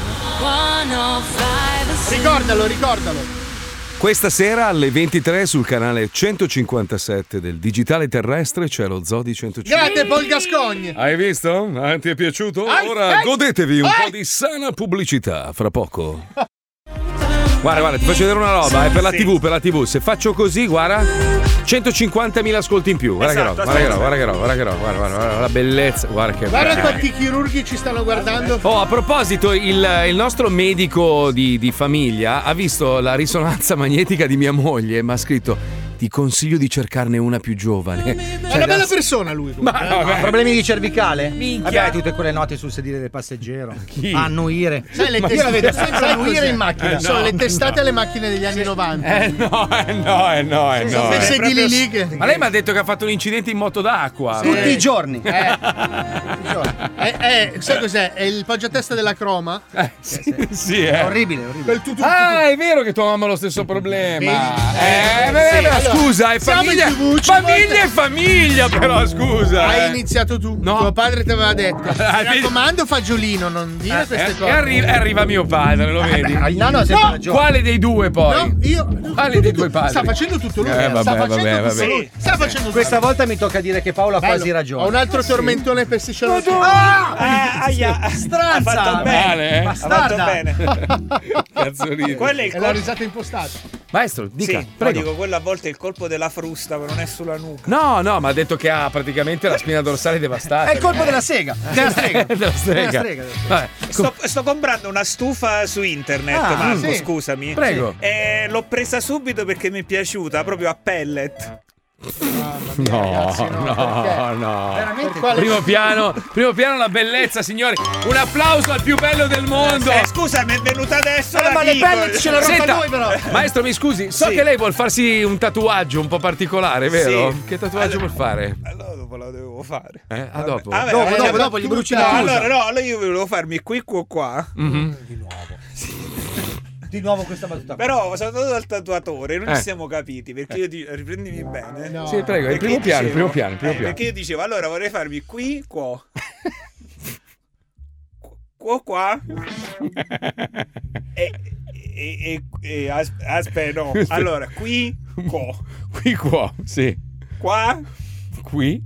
Ricordalo. Questa sera alle 23 sul canale 157 del Digitale Terrestre c'è lo Zoo di 105. Grande Paul Gascogne. Hai visto? Ti è piaciuto? Ora godetevi un po' di sana pubblicità fra poco. Guarda, ti faccio vedere una roba, è per la TV, Se faccio così, guarda, 150.000 ascolti in più. Guarda che roba, la bellezza. Guarda quanti chirurghi ci stanno guardando. A proposito, il nostro medico di famiglia ha visto la risonanza magnetica di mia moglie e mi ha scritto: ti consiglio di cercarne una più giovane. È una bella persona lui. Ha problemi di cervicale? Minchia. Vabbè, tutte quelle note sul sedile del passeggero. Chi? A annuire. Sai, io la vedo sempre annuire in macchina. Sono le testate alle macchine degli anni 90. No. Sono quei sedili lì che... Ma lei mi ha detto che ha fatto un incidente in moto d'acqua. Tutti i giorni. Sai cos'è? È il poggiatesta della croma. Sì, è orribile. È vero che tua mamma ha lo stesso problema. Scusa, è famiglia. Famiglia, però scusa. Hai iniziato tu. No. Tuo padre ti aveva detto: mi raccomando, fagiolino, non dire queste cose. E arriva mio padre, lo vedi? No, quale dei due poi? No, io. Quale dei due padri? Sta facendo tutto lui. Vabbè. Sta facendo Questa volta mi tocca dire che Paolo ha quasi ragione. Ho un altro tormentone per Siciliano. Stranza. Ha fatto bene. Cazzo ride. Quella è la risata impostata. Maestro, dica. Sì, prego. dico, quello a volte è il colpo della frusta, ma non è sulla nuca. No, ma ha detto che ha praticamente la spina dorsale devastata. È il colpo della sega. Della strega. Vabbè. Sto comprando una stufa su internet, Marco, scusami. Prego. L'ho presa subito perché mi è piaciuta, proprio a pellet. No. Veramente Primo piano, la bellezza, signori. Un applauso al più bello del mondo. Scusa, mi è venuta adesso la ma le Nicole. pelle ce l'ha rotta Senta, lui però. Maestro, mi scusi, so che lei vuol farsi un tatuaggio un po' particolare, vero? Sì. Che tatuaggio vuol fare? Allora dopo lo dovevo fare. Dopo? Dopo gli bruci la Allora io volevo farmi qui qua. Di nuovo questa battuta. Però sono andato dal tatuatore, non ci siamo capiti, perché io riprendimi bene. No. Sì, prego, il primo piano. Perché io dicevo, allora vorrei farmi qui, qua. Qua. Aspetta, no. Allora, qui, qua. Qui, qua, sì. Qua. Qui.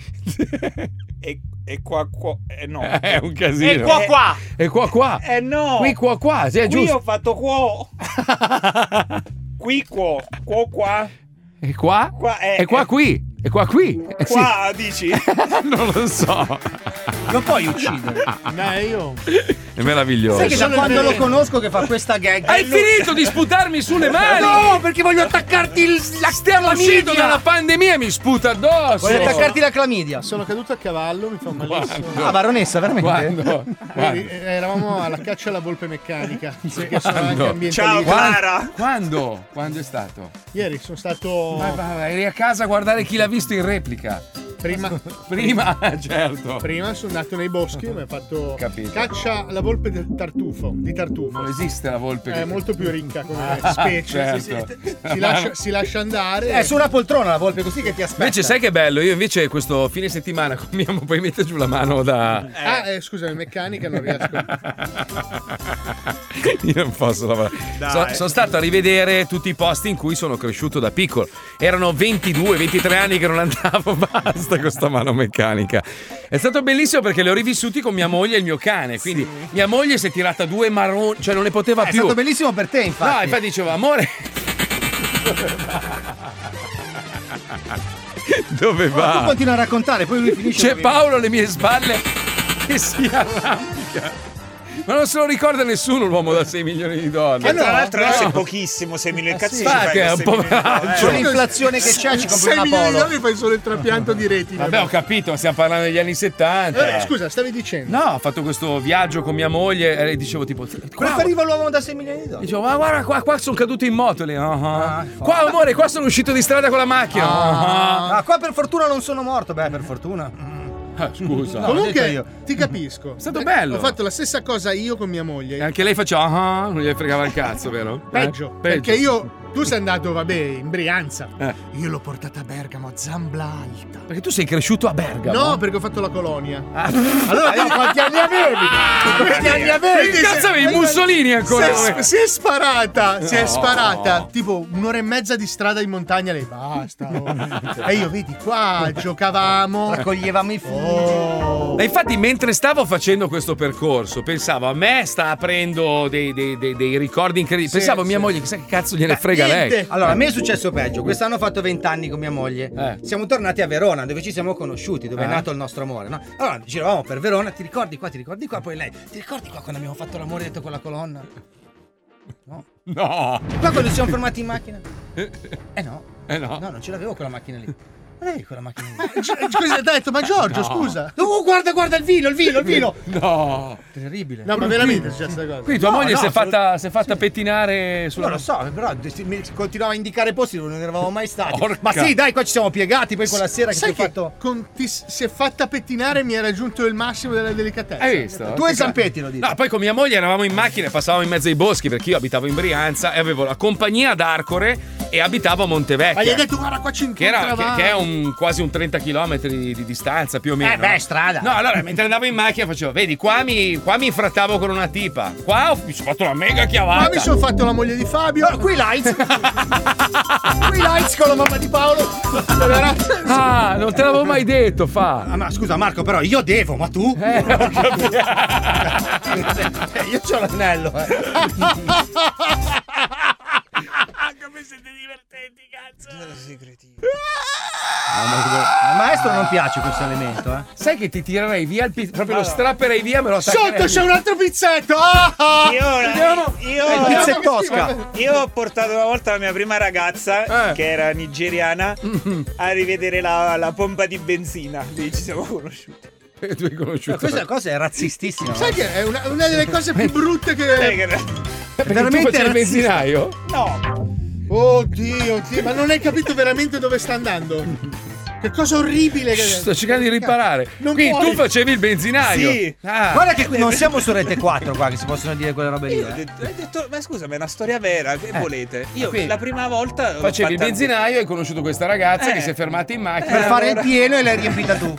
E qua, no. È un casino. E qua. No. Qui, qua, sì, è qui giusto. ho fatto qua. Qui, qua. E qua? E qua qui. E qua qui. Qua, dici? Non lo so. Lo puoi uccidere. Io. È meraviglioso. Sai che da quando lo conosco che fa questa gag. Hai finito di sputarmi sulle mani? No, perché voglio attaccarti la Stiamo uscendo dalla pandemia e mi sputa addosso. Voglio attaccarti la clamidia. Sono caduto a cavallo, mi fa malissimo. Ah, baronessa, veramente? Quando? Eravamo alla caccia alla volpe meccanica. Che sono anche ambientalista. Ciao Clara. Quando? Quando è stato? Ieri sono stato. Eri a casa a guardare chi l'ha visto in replica. Prima, certo. Prima sono andato nei boschi e mi ha fatto Capito. caccia alla volpe di tartufo. Non esiste la volpe. È molto più ricca come specie. Certo. Si lascia andare. È su una poltrona la volpe così che ti aspetta. Invece sai che bello? Io invece questo fine settimana con mia poi mettere giù la mano da... Scusami, meccanica non riesco. Io non posso lavorare. Sono stato a rivedere tutti i posti in cui sono cresciuto da piccolo. Erano 22-23 anni che non andavo, basta con sta mano meccanica. È stato bellissimo perché li ho rivissuti con mia moglie e il mio cane. Quindi mia moglie si è tirata 2 marroni, cioè non ne poteva più. È stato bellissimo per te, infatti. No, infatti dicevo, amore. Dove va? Tu continua a raccontare, poi lui finisce. C'è Paolo alle mie spalle che si arrampica. Ma non se lo ricorda nessuno l'uomo da 6 milioni di dollari. Tra l'altro è pochissimo, 6 milioni. Cazzo, che è un poveraggio. Con l'inflazione che c'è ci compri 6 una milioni di Polo. dollari fai solo il trapianto di retina. Vabbè, ho capito, ma stiamo parlando degli anni 70. Scusa, stavi dicendo? No, ho fatto questo viaggio con mia moglie e dicevo tipo... Preferiva l'uomo da 6 milioni di dollari. Dicevo, ma guarda qua sono caduto in moto lì. Qua amore, qua sono uscito di strada con la macchina. Qua per fortuna non sono morto. Beh, per fortuna. Scusa. No, Comunque ti capisco. È stato bello. Ho fatto la stessa cosa io con mia moglie. E anche lei faceva, non gli fregava il cazzo, vero? Peggio. Perché tu sei andato, in Brianza. Io l'ho portata a Bergamo, a Zambla Alta. Perché tu sei cresciuto a Bergamo? No, perché ho fatto la colonia. Allora, quanti anni avevi? Quanti anni avevi? Che cazzo avevi? Mussolini ancora? Si è sparata. Tipo 1 ora e mezza di strada in montagna. Lei basta. E io, vedi, qua giocavamo. Raccoglievamo i figli. Ma infatti, mentre stavo facendo questo percorso, pensavo, a me sta aprendo dei ricordi incredibili. Pensavo, mia moglie, chissà che cazzo gliene frega lei. Allora, a me è successo peggio. Quest'anno ho fatto 20 anni con mia moglie. Siamo tornati a Verona, dove ci siamo conosciuti, dove è nato il nostro amore, no? Allora, giravamo per Verona, ti ricordi qua? Poi lei, ti ricordi qua quando abbiamo fatto l'amore detto con la colonna? No. No. Qua quando ci siamo fermati in macchina? No. No, non ce l'avevo quella macchina lì. Ma lei quella macchina lì? Scusa, hai detto, ma Giorgio, scusa. Guarda il vino. No. Terribile. No, ma veramente c'è questa cosa. Quindi tua moglie si è fatta pettinare sulla... Non lo so, però mi continuava a indicare posti dove non eravamo mai stati. Porca. Ma sì, dai, qua ci siamo piegati. Poi quella sera che Sai ti ho fatto. si è fatta pettinare e mi ha raggiunto il massimo della delicatezza. Hai visto? 2 zampetti lo dico. No, poi con mia moglie eravamo in macchina e passavamo in mezzo ai boschi perché io abitavo in Brianza e avevo la compagnia ad Arcore e abitavo a Montevecchia. Ma gli hai detto, guarda qua ci incontravamo. Che è quasi un 30 km di distanza più o meno. Strada. No, allora mentre andavo in macchina facevo, vedi, qua mi infrattavo con una tipa. Qua mi sono fatto una mega chiavata. Qua mi sono fatto la moglie di Fabio. No, qui Lights. Qui Lights con la mamma di Paolo. Non te l'avevo mai detto, ma scusa Marco, però io devo, ma tu? Io c'ho l'anello. Come siete divertenti, cazzo. Al maestro non piace questo elemento, Sai che ti tirerei via proprio lo strapperei via, me lo attaccherei. Sotto c'è un altro pizzetto. Io pizza tosca. Io ho portato una volta la mia prima ragazza, che era nigeriana, a rivedere la pompa di benzina. Lì ci siamo conosciuti. Tu hai conosciuto? Questa cosa è razzistissima. Sai che è una delle cose più brutte che... Perché tu facevi il benzinaio? No. Oddio, ma non hai capito veramente dove sta andando? Che cosa orribile che... Sto cercando di riparare. Quindi puoi. tu facevi il benzinaio? Sì. Guarda che qui non siamo su Rete 4 qua che si possono dire quelle robe lì. Io ho detto, ma scusa, ma è una storia vera, che volete? Io quindi la prima volta facevi il benzinaio e hai conosciuto questa ragazza che si è fermata in macchina per fare il pieno e l'hai riempita tu.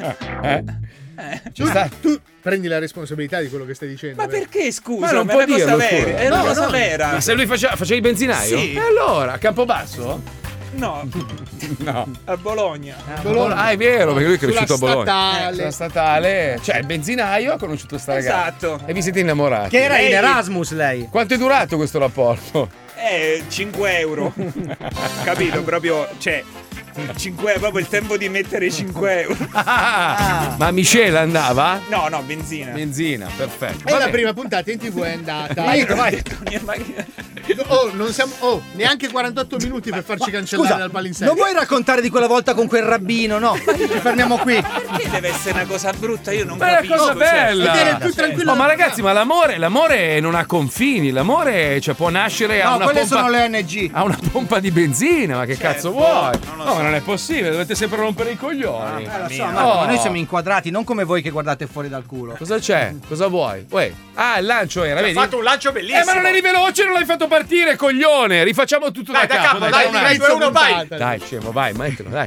Tu prendi la responsabilità di quello che stai dicendo. Ma perché scusa? Ma non è può una cosa dirlo, vera. scusa. È una cosa vera. Ma se lui facevi il benzinaio? Sì. E allora, a Campobasso? No. No. A Bologna. Ah, è vero, perché lui è cresciuto a Bologna. Statale. Sulla statale. Cioè, il benzinaio ha conosciuto sta ragazza. Esatto. E vi siete innamorati. Che era in Erasmus lei. Quanto è durato questo rapporto? 5 euro. Capito? Proprio, cioè 5 proprio il tempo di mettere 5 euro. Ma Michelle andava? No, benzina. Benzina, perfetto. E la prima puntata in TV è andata. Vai. Non siamo neanche 48 minuti per farci cancellare dal palinsesto. Non vuoi raccontare di quella volta con quel rabbino? No, ci fermiamo qui. Perché deve essere una cosa brutta? Io non Ma è capisco. una cosa bella. Ed era il più tranquillo. Ma ragazzi, ma l'amore non ha confini. L'amore, cioè, può nascere a una quelle pompa. sono le ONG. A una pompa di benzina, ma che cazzo vuoi? No, ma non è possibile, dovete sempre rompere i coglioni. Lo so, ma noi siamo inquadrati, non come voi che guardate fuori dal culo. Cosa c'è? Cosa vuoi? Uè. Ah, il lancio era, vedi? Ha fatto un lancio bellissimo. Ma non eri veloce, non l'hai fatto partire, coglione. Rifacciamo tutto da capo. Dai, 3, 2, 1, vai. Dai, scemo, vai, mettilo, dai.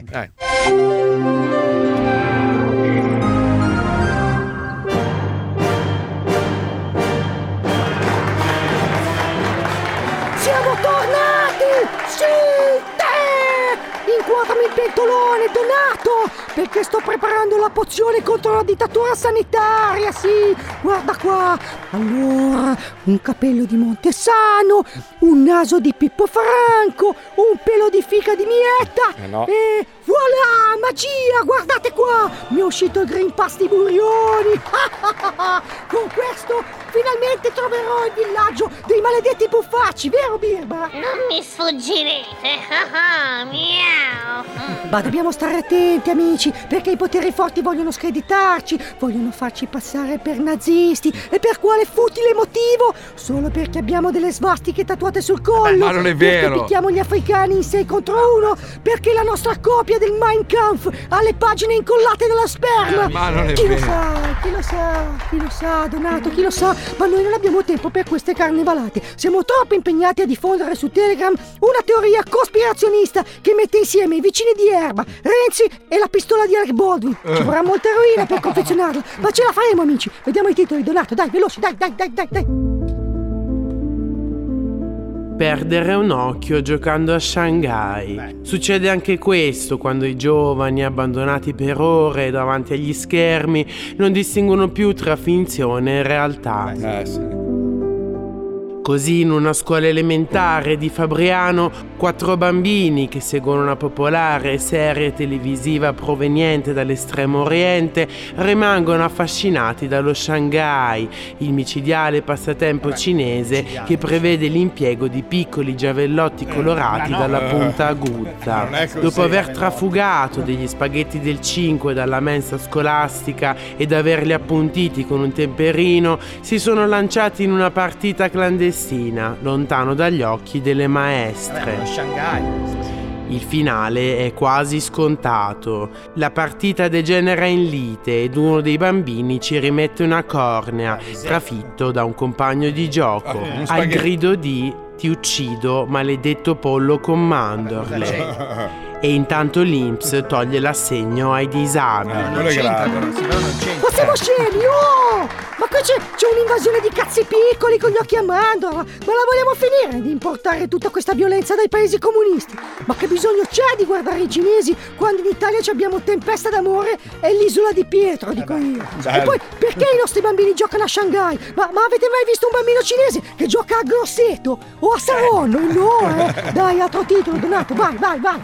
Siamo tornati! Sì, te! Inquadrami il pentolone, Donato! Perché sto preparando la pozione contro la dittatura sanitaria, sì! Guarda qua! Allora, un capello di Montesano, un naso di Pippo Franco, un pelo di fica di Mietta e voilà! Magia! Guardate qua! Mi è uscito il Green Pass di Burioni! Con questo finalmente troverò il villaggio dei maledetti puffacci, vero Birba? Non mi sfuggirete! Miau! Ma dobbiamo stare attenti, amici, perché i poteri forti vogliono screditarci, vogliono farci passare per nazisti. E per quale futile motivo? Solo perché abbiamo delle svastiche tatuate sul collo. Ma non è vero. Perché picchiamo gli africani in 6 contro 1. Perché la nostra copia del Mein Kampf ha le pagine incollate dalla sperma. Ma non è Chi vero. lo sa, Donato, chi lo sa. Ma noi non abbiamo tempo per queste carnevalate. Siamo troppo impegnati a diffondere su Telegram una teoria cospirazionista che mette insieme i vicini di Erba, Renzi e la pistola di Alec Baldwin. Ci vorrà molta eroina per confezionarla, ma ce la faremo, amici. Vediamo i titoli, Donato, dai, veloci, dai. Perdere un occhio giocando a Shanghai. Succede anche questo quando i giovani, abbandonati per ore davanti agli schermi, non distinguono più tra finzione e realtà. Così in una scuola elementare di Fabriano 4 bambini che seguono una popolare serie televisiva proveniente dall'estremo oriente rimangono affascinati dallo Shanghai, il micidiale passatempo cinese che prevede l'impiego di piccoli giavellotti colorati dalla punta aguda. Dopo aver trafugato degli spaghetti del 5 dalla mensa scolastica ed averli appuntiti con un temperino, si sono lanciati in una partita clandestina lontano dagli occhi delle maestre. Il finale è quasi scontato. La partita degenera in lite ed uno dei bambini ci rimette una cornea, trafitto da un compagno di gioco, al grido di "ti uccido, maledetto pollo con mandorle". E intanto l'INPS toglie l'assegno ai disabili. Ma siamo scemi, oh! Ma qui c'è un'invasione di cazzi piccoli con gli occhi a mandorla. Ma la vogliamo finire di importare tutta questa violenza dai paesi comunisti? Ma che bisogno c'è di guardare i cinesi quando in Italia ci abbiamo Tempesta d'amore e l'isola di Pietro, dico io. E poi, perché i nostri bambini giocano a Shanghai? Ma avete mai visto un bambino cinese che gioca a Grosseto o a Saronno? No, Dai, altro titolo, Donato, vai.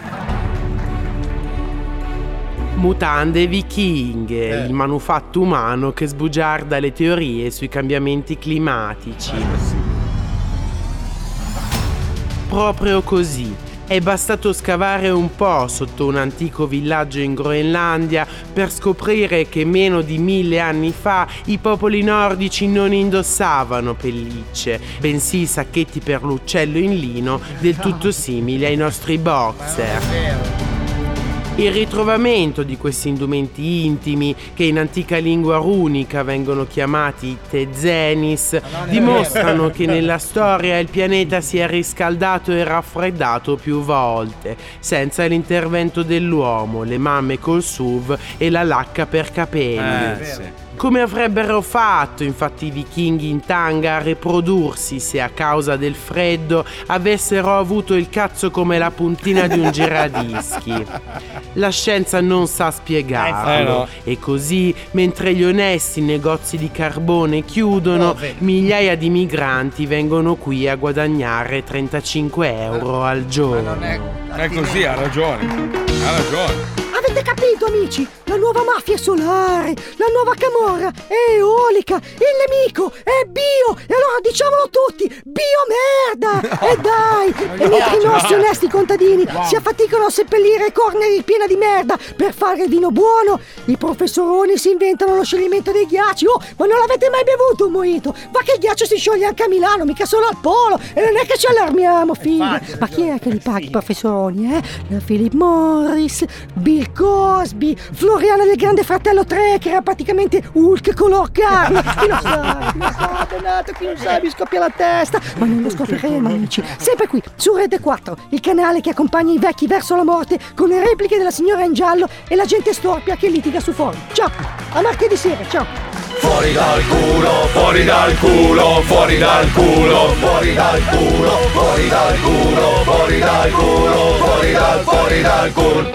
Mutande vichinghe, il manufatto umano che sbugiarda le teorie sui cambiamenti climatici. proprio così. È bastato scavare un po' sotto un antico villaggio in Groenlandia per scoprire che meno di 1000 anni fa i popoli nordici non indossavano pellicce, bensì sacchetti per l'uccello in lino del tutto simili ai nostri boxer. Il ritrovamento di questi indumenti intimi, che in antica lingua runica vengono chiamati tezenis, dimostrano che nella storia il pianeta si è riscaldato e raffreddato più volte, senza l'intervento dell'uomo, le mamme col SUV e la lacca per capelli. Come avrebbero fatto infatti i vichinghi in tanga a riprodursi se a causa del freddo avessero avuto il cazzo come la puntina di un giradischi? La scienza non sa spiegarlo e così, mentre gli onesti negozi di carbone chiudono, migliaia di migranti vengono qui a guadagnare 35 euro al giorno. È così, ha ragione. Avete capito, amici? La nuova mafia solare, la nuova camorra è eolica, il nemico è bio, e allora diciamolo tutti, bio merda! E dai! E mentre i nostri onesti contadini si affaticano a seppellire corneri piena di merda per fare il vino buono, i professoroni si inventano lo scioglimento dei ghiacci. Oh, ma non l'avete mai bevuto un mojito? Ma che il ghiaccio si scioglie anche a Milano, mica solo al polo, e non è che ci allarmiamo, figlio. Ma chi è che li paga i professoroni, La Philip Morris, Bill Cosby, Floriana del Grande Fratello 3, che era praticamente Hulk color carne. Chi lo sa, Donato, chi lo sa, mi scoppia la testa. Ma non lo scopriremo, amici. Sempre qui, su Rete 4, il canale che accompagna i vecchi verso la morte con le repliche della signora in giallo e la gente storpia che litiga su forum. Ciao, a martedì sera, ciao. Fuori dal culo, fuori dal culo, fuori dal culo, fuori dal culo, fuori dal culo, fuori dal culo, fuori dal culo.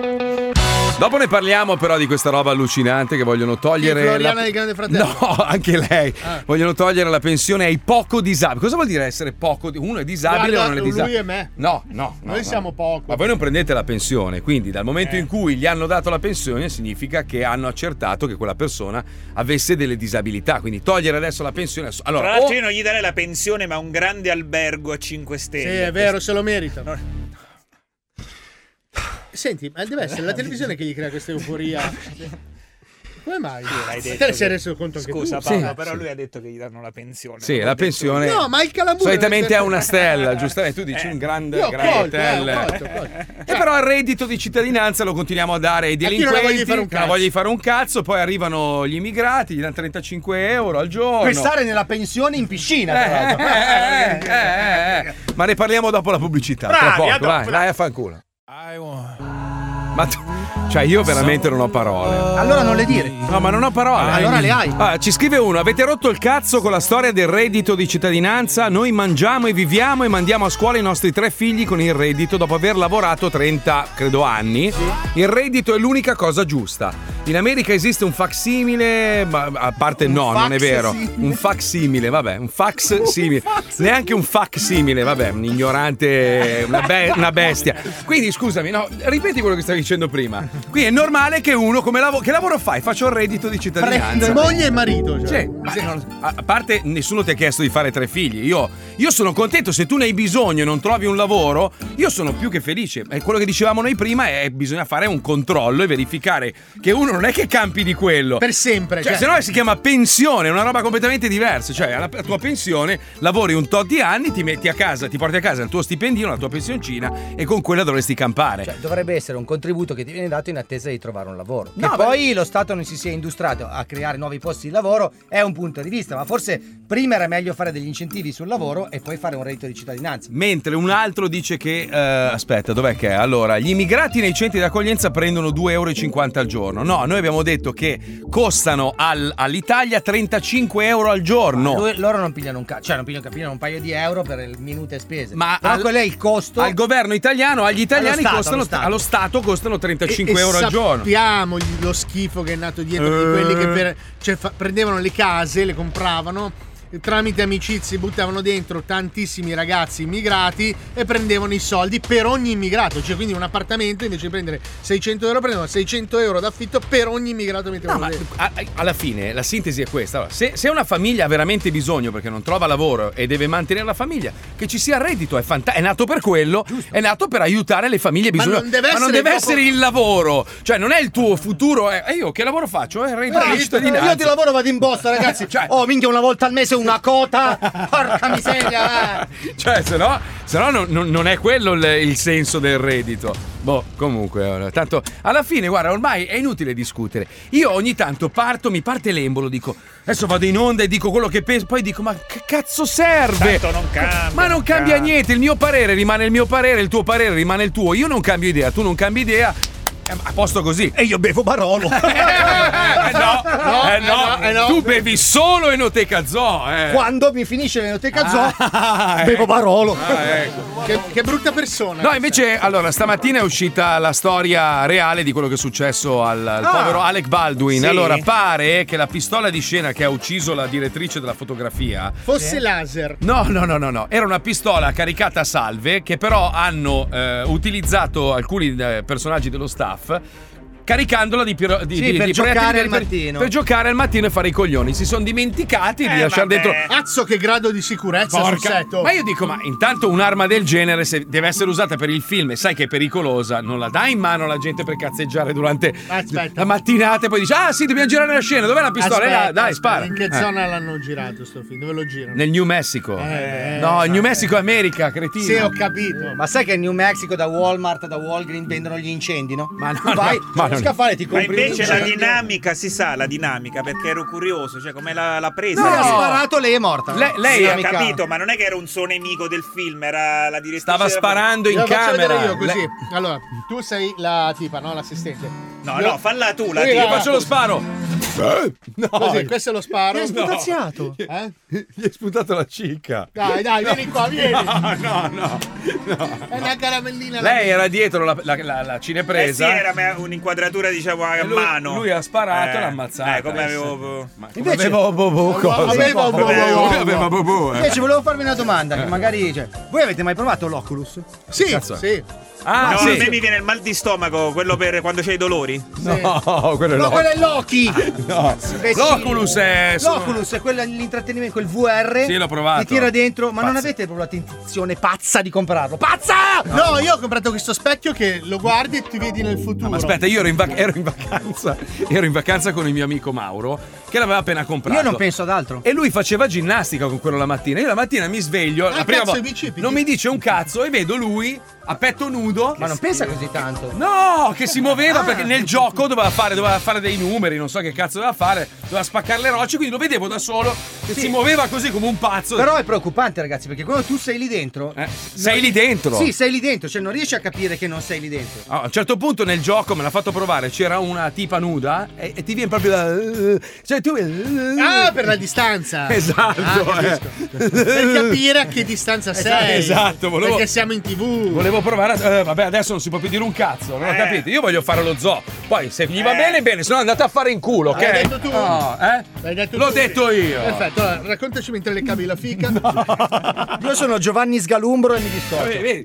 Dopo ne parliamo però di questa roba allucinante che vogliono togliere Floriana del Grande Fratello. No, anche lei. Vogliono togliere la pensione ai poco disabili. Cosa vuol dire essere poco? Uno è disabile o non è disabile? Lui e me. No. Noi siamo poco. Ma voi non prendete la pensione, quindi dal momento in cui gli hanno dato la pensione significa che hanno accertato che quella persona avesse delle disabilità, quindi togliere adesso la pensione. Allora, tra l'altro io non gli darei la pensione, ma un grande albergo a 5 stelle. Sì, è vero, se lo merita. Senti, ma deve essere la televisione che gli crea questa euforia. Come mai? L'hai detto te ne sei reso conto anche scusa, tu? Paolo, però lui ha detto che gli danno la pensione. Sì, la pensione. No, ma il calamburo solitamente è una stella, giustamente. Tu dici un grande hotel. E però il reddito di cittadinanza lo continuiamo a dare ai delinquenti che non vogliono fare un cazzo. Poi arrivano gli immigrati, gli danno 35 euro al giorno. Per stare nella pensione in piscina. Ma ne parliamo dopo la pubblicità. Tra poco, vai a fanculo. Ma cioè io veramente non ho parole. Allora non le dire. No, ma non ho parole. Allora le hai. Ci scrive uno: avete rotto il cazzo con la storia del reddito di cittadinanza? Noi mangiamo e viviamo e mandiamo a scuola i nostri 3 figli con il reddito dopo aver lavorato 30, credo, anni. Il reddito è l'unica cosa giusta. In America esiste un facsimile, ma a parte non è vero. Un facsimile, vabbè, un fax simile. Neanche un facsimile, vabbè, un ignorante, una bestia. Quindi scusami, no, ripeti quello che stavi dicendo prima. Qui è normale che uno che lavoro fai? Faccio il reddito di cittadinanza. Moglie e marito, cioè. A parte nessuno ti ha chiesto di fare 3 figli. Io sono contento, se tu ne hai bisogno e non trovi un lavoro, io sono più che felice. E quello che dicevamo noi prima è che bisogna fare un controllo e verificare che uno non è che campi di quello per sempre, cioè se no si chiama pensione, è una roba completamente diversa. Cioè alla tua pensione lavori un tot di anni, ti metti a casa, ti porti a casa il tuo stipendino, la tua pensioncina, e con quella dovresti campare. Cioè dovrebbe essere un contributo che ti viene dato in attesa di trovare un lavoro. Che poi lo Stato non si sia industriato a creare nuovi posti di lavoro è un punto di vista, ma forse prima era meglio fare degli incentivi sul lavoro e poi fare un reddito di cittadinanza. Mentre un altro dice che aspetta, dov'è che è? Allora, gli immigrati nei centri di accoglienza prendono 2,50 euro al giorno. No, noi abbiamo detto che costano all'Italia 35 euro al giorno. Loro non pigliano un cazzo, cioè non pigliano un paio di euro per il minuto e spese. Ma però quello è il costo. Al governo italiano, agli italiani allo Stato costano 35 euro al giorno. Sappiamo lo schifo che è nato dietro di quelli che prendevano le case, le compravano tramite amicizie buttavano dentro tantissimi ragazzi immigrati e prendevano i soldi per ogni immigrato. Cioè, quindi un appartamento invece di prendere 600 euro prendevano 600 euro d'affitto per ogni immigrato. No, ma alla fine la sintesi è questa. Allora, se una famiglia ha veramente bisogno perché non trova lavoro e deve mantenere la famiglia, che ci sia il reddito, è nato per quello. Giusto. È nato per aiutare le famiglie bisognose. Ma non deve essere il lavoro. Cioè, non è il tuo futuro. Io che lavoro faccio? È il reddito di cittadinanza. Io ti lavoro, vado in bossa, ragazzi. Cioè, minchia, una volta al mese una cota. Porca miseria. Cioè, se no non è quello il senso del reddito. Boh, comunque, tanto alla fine, guarda, ormai è inutile discutere. Io ogni tanto mi parte l'embolo, dico adesso vado in onda e dico quello che penso, poi dico ma che cazzo serve? Tanto non cambia. Ma non cambia niente, il mio parere rimane il mio parere, il tuo parere rimane il tuo. Io non cambio idea, tu non cambi idea. A posto così. E io bevo Barolo. No. Tu bevi solo Enoteca Zoo. Quando mi finisce l'Enoteca Zoo, bevo Barolo. Ecco. Che brutta persona. No, invece, allora, stamattina è uscita la storia reale di quello che è successo al povero Alec Baldwin. Sì. Allora, pare che la pistola di scena che ha ucciso la direttrice della fotografia fosse laser. No. Era una pistola caricata a salve che però hanno utilizzato alcuni personaggi dello staff caricandola per giocare al mattino. Per giocare al mattino e fare i coglioni. Si sono dimenticati di lasciare dentro. Cazzo, che grado di sicurezza sul set. Ma io dico, ma intanto un'arma del genere, se deve essere usata per il film e sai che è pericolosa, non la dai in mano alla gente per cazzeggiare durante la mattinata e poi dici sì, dobbiamo girare la scena, dov'è la pistola? Dai, spara. In che zona l'hanno girato sto film? Dove lo girano? Nel New Mexico. No, il New Mexico è America, cretino. Sì, ho capito. Ma sai che in New Mexico da Walmart, da Walgreens vendono gli incendi, no? Ma no, vai, scaffale, ti compri. Ma invece la dinamica, si sa la dinamica, perché ero curioso, cioè come l'ha presa. No, ha sparato, lei è morta. Lei ha capito, ma non è che era un suo nemico del film, era la direttrice. Stava sparando in camera. Io così. Allora, tu sei la tipa, no? L'assistente. No, falla tu la tipa. Io faccio lo sparo. No, così, questo è lo sparo. Mi hai sputaziato. Gli hai sputato la cicca. Dai, vieni qua, vieni. No. È una caramellina. Lei era dietro la cinepresa. Sì, era un'inquadratura, diciamo, a mano. Lui ha sparato e l'ha ammazzato. Come avevo. Invece aveva Bobo. Invece volevo farvi una domanda, che magari, voi avete mai provato l'Oculus? Sì. A me mi viene il mal di stomaco, quello per quando c'hai i dolori. No, quello è Loki. No. L'Oculus è quello l'intrattenimento, quel VR. Sì, l'ho provato. Ti tira dentro, ma non avete proprio la tentazione pazza di comprarlo? Pazza! No, io ho comprato questo specchio che lo guardi e ti vedi nel futuro. Ma aspetta, io ero in vacanza con il mio amico Mauro, che l'aveva appena comprato. Io non penso ad altro. E lui faceva ginnastica con quello la mattina. Io la mattina mi sveglio, la prima volta non mi dice un cazzo e vedo lui a petto nudo. Ma non pensa così tanto. No, che si muoveva perché nel gioco doveva fare dei numeri, non so che cazzo doveva fare, doveva spaccare le rocce, quindi lo vedevo da solo che si muoveva così come un pazzo. Però è preoccupante, ragazzi, perché quando tu sei lì dentro sei lì dentro. Sì, sei lì dentro, cioè non riesci a capire che non sei lì dentro. A un certo punto nel gioco me l'ha fatto provare, c'era una tipa nuda e ti viene proprio cioè tu per la distanza. Esatto. Per capire a che distanza sei. Esatto, perché siamo in TV. Volevo provare vabbè, adesso non si può più dire un cazzo, non ho capito. Io voglio fare lo zoo. Poi se gli va bene, se no andate a fare in culo, ok? L'hai detto tu? No, L'hai detto L'ho tu. detto io. Perfetto, allora raccontaci mentre le cavi la fica. Io sono Giovanni Sgalumbro e mi dissocio. Vedi,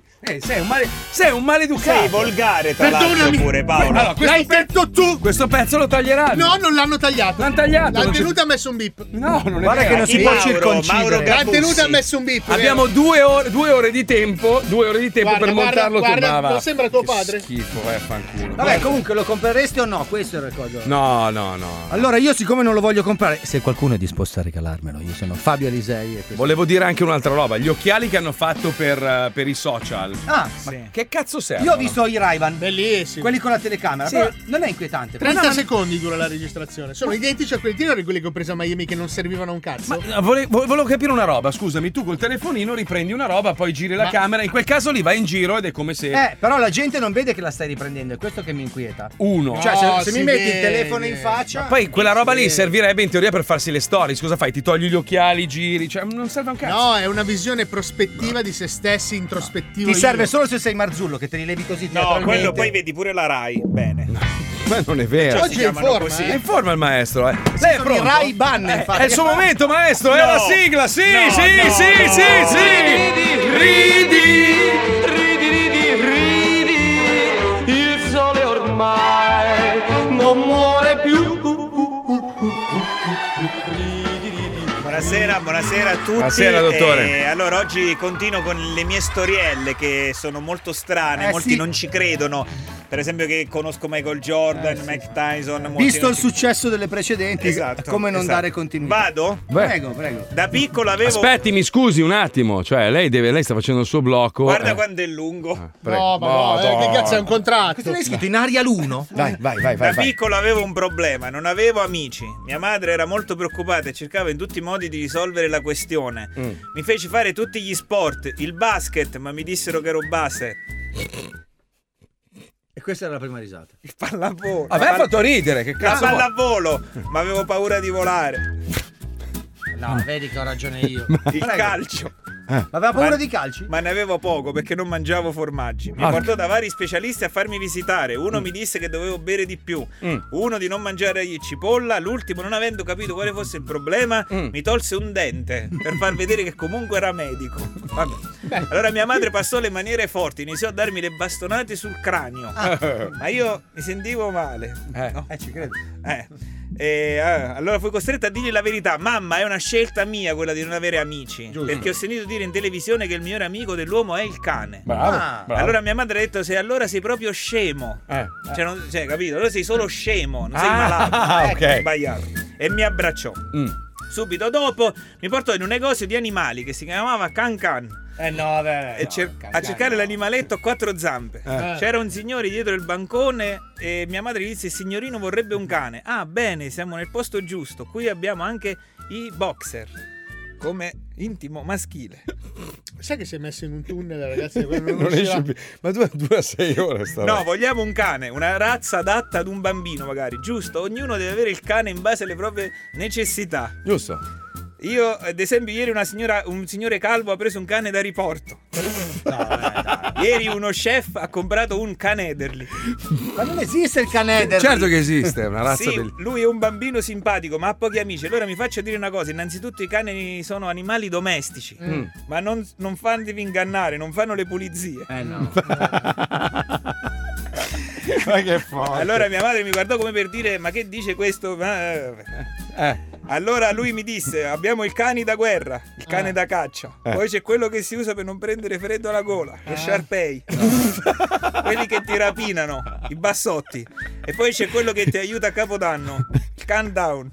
sei un maleducato. Sei volgare, tra l'altro, pure, Paolo. Allora, l'hai detto tu. Questo pezzo lo taglieranno. No, non l'hanno tagliato. L'hanno tagliato. L'ha tenuto e ha messo un bip. No, non è Guarda vero. che non si può circoncidere. L'ha tenuto e ha messo un bip. Abbiamo 2 ore di tempo. 2 ore di tempo per montarlo. Guarda, non sembra tuo padre. Schifo, fanculo. Vabbè, comunque lo compreresti o no? Questo è il cosa. No. Allora io, siccome non lo voglio comprare, se qualcuno è disposto a regalarmelo, io sono Fabio Alisei. Volevo dire anche un'altra roba. Gli occhiali che hanno fatto per i social. Ma che cazzo serve? Io ho visto i Ray-Ban. Bellissimi. Quelli con la telecamera. Sì. Però non è inquietante. 30 secondi dura la registrazione. Sono identici a quelli che ho preso a Miami, che non servivano a un cazzo. Ma volevo capire una roba. Scusami, tu col telefonino riprendi una roba, poi giri la camera. In quel caso lì vai in giro ed è come se. Però la gente non vede che la stai riprendendo. È questo che mi inquieta. Cioè, se mi metti il telefono in faccia. Ma poi quella roba lì servirebbe in teoria per farsi le stories. Cosa fai? Ti togli gli occhiali, giri. Cioè, non serve un cazzo. No, è una visione prospettiva di se stessi, introspettiva. Ti serve solo se sei Marzullo, che te li levi così. No, quello poi vedi pure la Rai. Bene. Ma non è vero. Oggi è in forma, È in forma il maestro, Lei è pronto? Rai Ban, infatti. È il suo momento, maestro, è No. la sigla, sì. Ridi, il sole ormai non muore più. Buonasera a tutti. Buonasera, dottore. Allora, oggi continuo con le mie storielle che sono molto strane, molti non ci credono. Per esempio che conosco Michael Jordan, Mike Tyson. Visto il successo delle precedenti, Esatto, come non esatto. dare continuità? Vado? Prego. Da piccolo avevo... Aspetti, mi scusi un attimo, cioè lei sta facendo il suo blocco. Guarda quando è lungo. No, ma no, che cazzo è un contratto? Questo l'hai scritto in aria l'1? Vai. Da piccolo avevo un problema, non avevo amici. Mia madre era molto preoccupata e cercava in tutti i modi di risolvere la questione. Mi feci fare tutti gli sport, il basket, ma mi dissero che ero base. E questa era la prima risata. Il pallavolo. A me ha fatto ridere, che La cazzo. pallavolo, ma avevo paura di volare. No, vedi che ho ragione io. Il calcio. Aveva paura di calci? Ma ne avevo poco perché non mangiavo formaggi. Mi portò da vari specialisti a farmi visitare. Uno mi disse che dovevo bere di più, uno di non mangiare cipolla. L'ultimo, non avendo capito quale fosse il problema, mi tolse un dente per far vedere che comunque era medico. Vabbè. Allora mia madre passò le maniere forti, iniziò a darmi le bastonate sul cranio. Ma io mi sentivo male. No? Ci credo. Allora fui costretto a dirgli la verità. Mamma, è una scelta mia quella di non avere amici. Giusto. Perché ho sentito dire in televisione che il migliore amico dell'uomo è il cane. Bravo. Allora mia madre ha detto: allora sei proprio scemo. Cioè, capito? Allora sei solo scemo, non sei malato. Ok. Sbagliato. E mi abbracciò. Subito dopo mi portò in un negozio di animali che si chiamava Can Can. A cercare l'animaletto a 4 zampe. C'era un signore dietro il bancone e mia madre gli disse: il signorino vorrebbe un cane. Ah, bene, siamo nel posto giusto. Qui abbiamo anche i boxer come intimo maschile. Sai che si è messo in un tunnel, ragazzi? Non esce più. Ma dura 6 ore sta No, vogliamo un cane, una razza adatta ad un bambino magari, giusto? Ognuno deve avere il cane in base alle proprie necessità. Giusto. Io, ad esempio, ieri un signore calvo ha preso un cane da riporto. Ieri uno chef ha comprato un canederli. Ma non esiste il canederli. Certo che esiste, è una razza Sì, lui è un bambino simpatico, ma ha pochi amici. Allora mi faccio dire una cosa: innanzitutto i cani sono animali domestici, ma non fatevi ingannare, non fanno le pulizie. No. Ma che forte. Allora mia madre mi guardò come per dire: ma che dice questo? Allora lui mi disse: abbiamo il cane da guerra, il cane da caccia, poi c'è quello che si usa per non prendere freddo alla gola, lo Sharpei, quelli che ti rapinano, i bassotti, e poi c'è quello che ti aiuta a Capodanno, il countdown.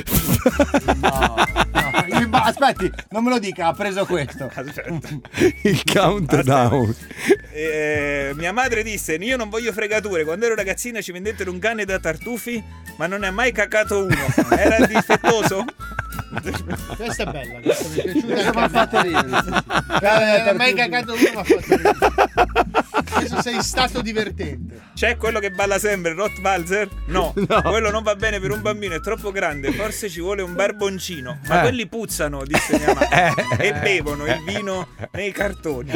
Aspetti, non me lo dica, ha preso questo. Il countdown. Mia madre disse: io non voglio fregature. Quando ero ragazzina ci vendettero un cane da tartufi, ma non ne ha mai cacato uno. Era difettoso. Questa è bella, questa mi è piaciuta. Mi ha fatto ridere. Non hai mai cagato uno, ma ha fatto ridere. Adesso sei stato divertente. C'è quello che balla sempre, il Rottweiler? No, quello non va bene per un bambino, è troppo grande. Forse ci vuole un barboncino. Ma quelli puzzano, disse mia madre. E bevono il vino nei cartoni.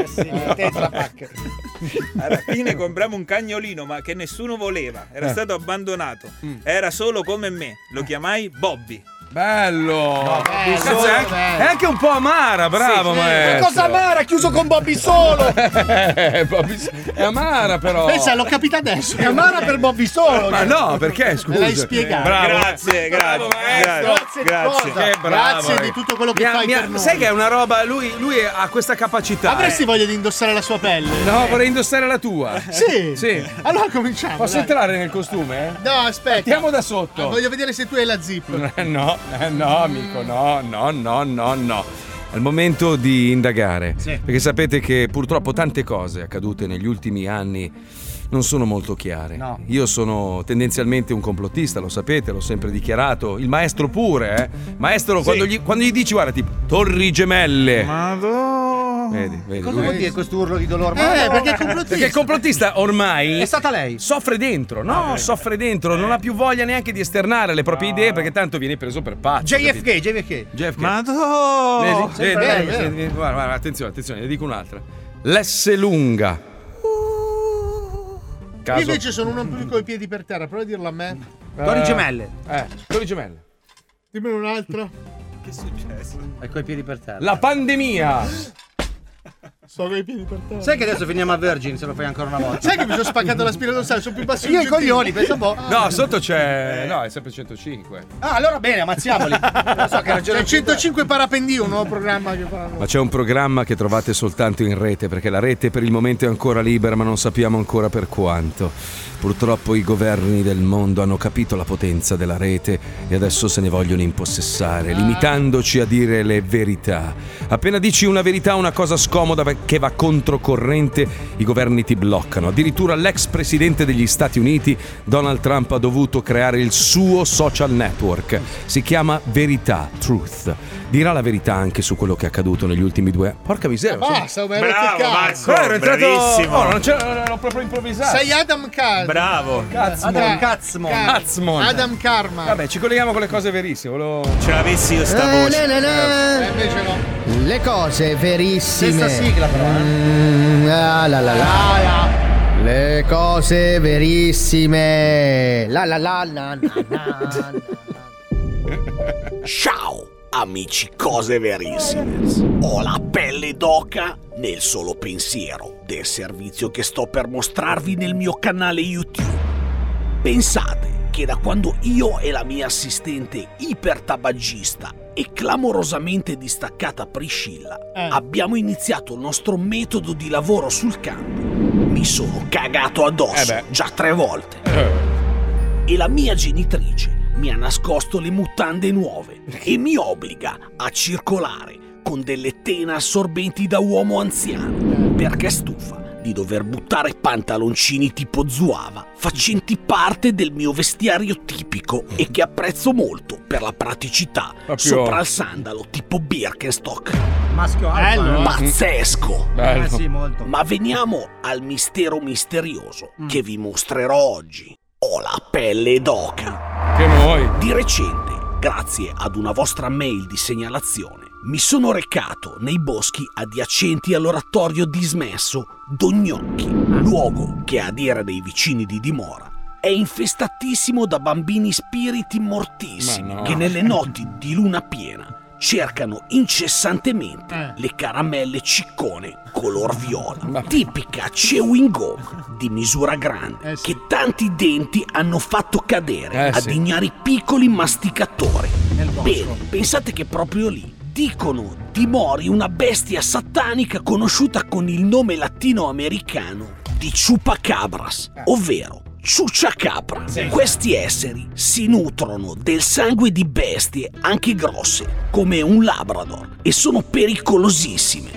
Alla fine comprammo un cagnolino, ma che nessuno voleva. Era stato abbandonato. Era solo come me. Lo chiamai Bobby. Bello! Bello. È anche un po' amara, bravo maestro. Ma cosa amara? Chiuso con Bobby solo. È amara però. Pensa, l'ho capito adesso. È amara per Bobby solo. Ma no, perché scusa? Me l'hai spiegato. Bravo. Grazie. Grazie bravo. di tutto quello che fai per noi. Sai che è una roba, lui ha questa capacità. Avresti voglia di indossare la sua pelle? No, vorrei indossare la tua. Sì. Allora cominciamo. Posso entrare nel costume? No, aspetta. Partiamo da sotto. Voglio vedere se tu hai la zip. No, amico, no. È il momento di indagare. Sì. Perché sapete che purtroppo tante cose accadute negli ultimi anni non sono molto chiare. No. Io sono tendenzialmente un complottista, lo sapete, l'ho sempre dichiarato. Il maestro pure, Maestro, quando gli dici, guarda, tipo, Torri Gemelle. Vedi. Cosa vuol dire questo urlo di dolore? Perché è complottista. Perché il complottista ormai È stata lei. soffre dentro, soffre dentro, non ha più voglia neanche di esternare le proprie idee perché tanto viene preso per pazzo. JFK. Vedi? Guarda, attenzione, ne dico un'altra. L'S lunga. Caso. Io invece sono uno più con i piedi per terra, prova a dirlo a me. Torri gemelle. Torri gemelle. Dimmi un altro. Che è successo? Hai coi piedi per terra. La pandemia. Sto con i piedi per terra. Sai che adesso finiamo a Virgin se lo fai ancora una volta? Sai che mi sono spaccato la spina dorsale, sono più bassi. Io i coglioni, pensa un po'. No, sotto c'è. No, è sempre 105. Ah, allora bene, ammazziamoli. Non so che ragione. C'è 105 Parapendio, un nuovo programma che fanno. Ma c'è un programma che trovate soltanto in rete, perché la rete per il momento è ancora libera, ma non sappiamo ancora per quanto. Purtroppo i governi del mondo hanno capito la potenza della rete e adesso se ne vogliono impossessare, limitandoci a dire le verità. Appena dici una verità, una cosa scomoda che va controcorrente, i governi ti bloccano. Addirittura l'ex presidente degli Stati Uniti, Donald Trump, ha dovuto creare il suo social network. Si chiama Verità, Truth. Dirà la verità anche su quello che è accaduto negli ultimi 2 anni. Porca miseria. Basta, Bravo, Marco, ero entrato. bravissimo. Oh, l'ho proprio improvvisato. Sei Adam Kaz. Bravo. Adam Katzmon. Adam Karma. Vabbè, ci colleghiamo con le cose verissime. Ce l'avessi io sta voce. Invece no. Le cose verissime. Stessa sigla però. Le cose verissime. Ciao amici cose verissime. Ho la pelle d'oca nel solo pensiero del servizio che sto per mostrarvi nel mio canale YouTube. Pensate che da quando io e la mia assistente ipertabagista e clamorosamente distaccata Priscilla abbiamo iniziato il nostro metodo di lavoro sul campo, mi sono cagato addosso già 3 volte. E la mia genitrice mi ha nascosto le mutande nuove e mi obbliga a circolare con delle tene assorbenti da uomo anziano, perché è stufa di dover buttare pantaloncini tipo zuava, facenti parte del mio vestiario tipico e che apprezzo molto per la praticità sopra il sandalo tipo Birkenstock. Maschio alfa. Pazzesco. Sì, molto. Ma veniamo al mistero misterioso che vi mostrerò oggi. Ho la pelle d'oca. Che noi. Di recente, grazie ad una vostra mail di segnalazione, mi sono recato nei boschi adiacenti all'oratorio dismesso Dognocchi, luogo che, a dire dei vicini di dimora, è infestatissimo da bambini spiriti mortissimi che nelle notti di luna piena cercano incessantemente le caramelle ciccone color viola, tipica chewing gum di misura grande, che tanti denti hanno fatto cadere ad ignari piccoli masticatori. Bene, pensate che proprio lì dicono dimori una bestia satanica conosciuta con il nome latinoamericano di chupacabras, ovvero ciucciacapra. Questi esseri si nutrono del sangue di bestie anche grosse, come un labrador, e sono pericolosissime.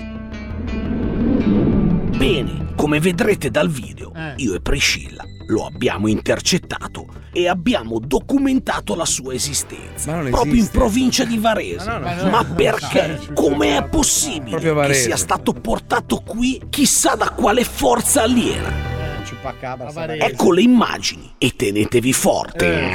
Bene, come vedrete dal video, io e Priscilla lo abbiamo intercettato e abbiamo documentato la sua esistenza, proprio in provincia di Varese. Ma perché? Com'è possibile che sia stato portato qui chissà da quale forza aliena? Ecco le immagini e tenetevi forte.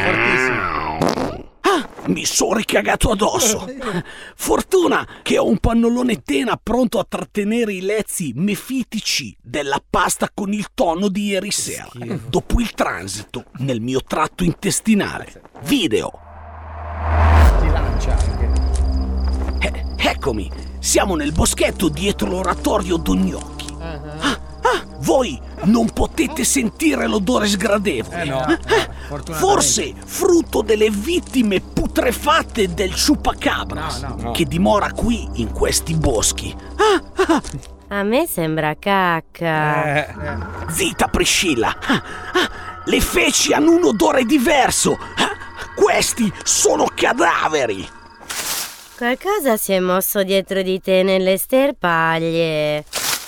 Mi sono ricagato addosso. Fortuna che ho un pannolone tena pronto a trattenere i lezzi mefitici della pasta con il tonno di ieri sera, dopo il transito nel mio tratto intestinale. Video. Si lancia anche. Eccomi, siamo nel boschetto dietro l'oratorio Dognocchi. Voi non potete sentire l'odore sgradevole. Forse frutto delle vittime putrefatte del chupacabras che dimora qui in questi boschi. A me sembra cacca. Zitta Priscilla, le feci hanno un odore diverso. Questi sono cadaveri. Qualcosa si è mosso dietro di te nelle sterpaglie.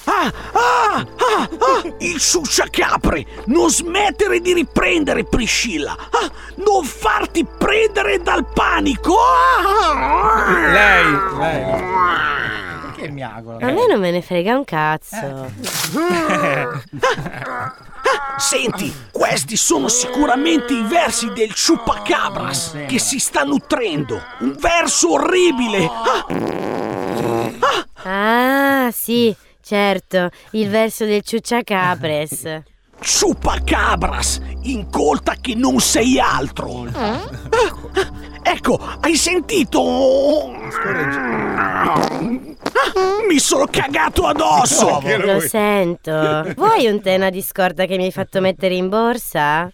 Il ciucciacapre! Non smettere di riprendere, Priscilla! Non farti prendere dal panico! Lei. Perché mi auguro? A me non me ne frega un cazzo. Senti, questi sono sicuramente i versi del chupacabras che si sta nutrendo. Un verso orribile! Ah, sì. Certo, il verso del ciucciacapres. Chupacabras, incolta che non sei altro. Ecco, hai sentito? Mi sono cagato addosso. Lo sento. Vuoi un tena di scorta che mi hai fatto mettere in borsa?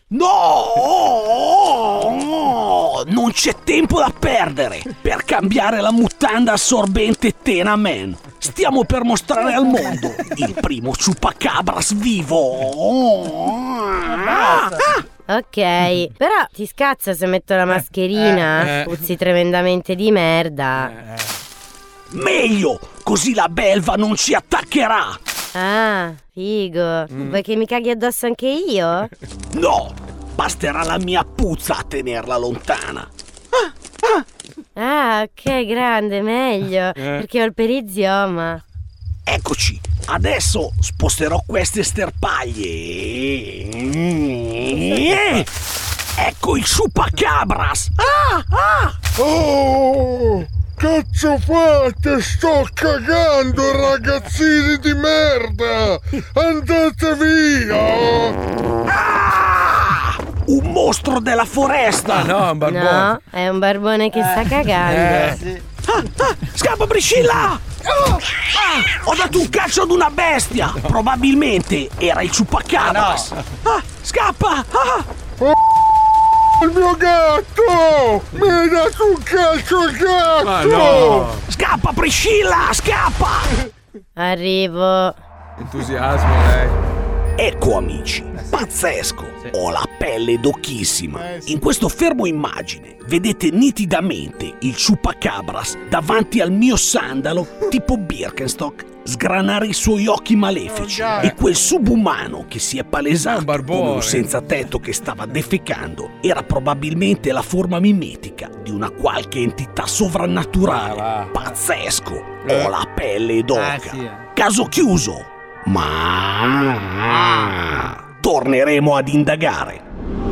No! Non c'è tempo da perdere per cambiare la mutanda assorbente Tena Man. Stiamo per mostrare al mondo il primo Chupacabras vivo. Ok, però ti scazza se metto la mascherina? Puzzi tremendamente di merda. Meglio, così la belva non ci attaccherà. Ah, figo. Vuoi che mi caghi addosso anche io? No, basterà la mia puzza a tenerla lontana. Ah, ok, grande, meglio. Perché ho il perizioma. Eccoci, adesso sposterò queste sterpaglie. Ecco il Chupacabras. Oh, cazzo fate? Sto cagando, ragazzini di merda! Andate via! Un mostro della foresta! No, un barbone. No, è un barbone che sta cagando. Scappa, Priscilla! Ho dato un calcio ad una bestia! Probabilmente era il Chupacabras! Scappa! Il mio gatto! Mi hai dato un calcio al gatto! Ma no! Scappa, Priscilla! Scappa! Arrivo. Entusiasmo, lei. Ecco, amici, pazzesco! Ho la pelle d'occhissima. In questo fermo immagine vedete nitidamente il Chupacabras davanti al mio sandalo tipo Birkenstock sgranare i suoi occhi malefici e quel subumano che si è palesato come un senza tetto che stava defecando era probabilmente la forma mimetica di una qualche entità sovrannaturale. Pazzesco! Ho la pelle d'oca. Caso chiuso. Ma torneremo ad indagare.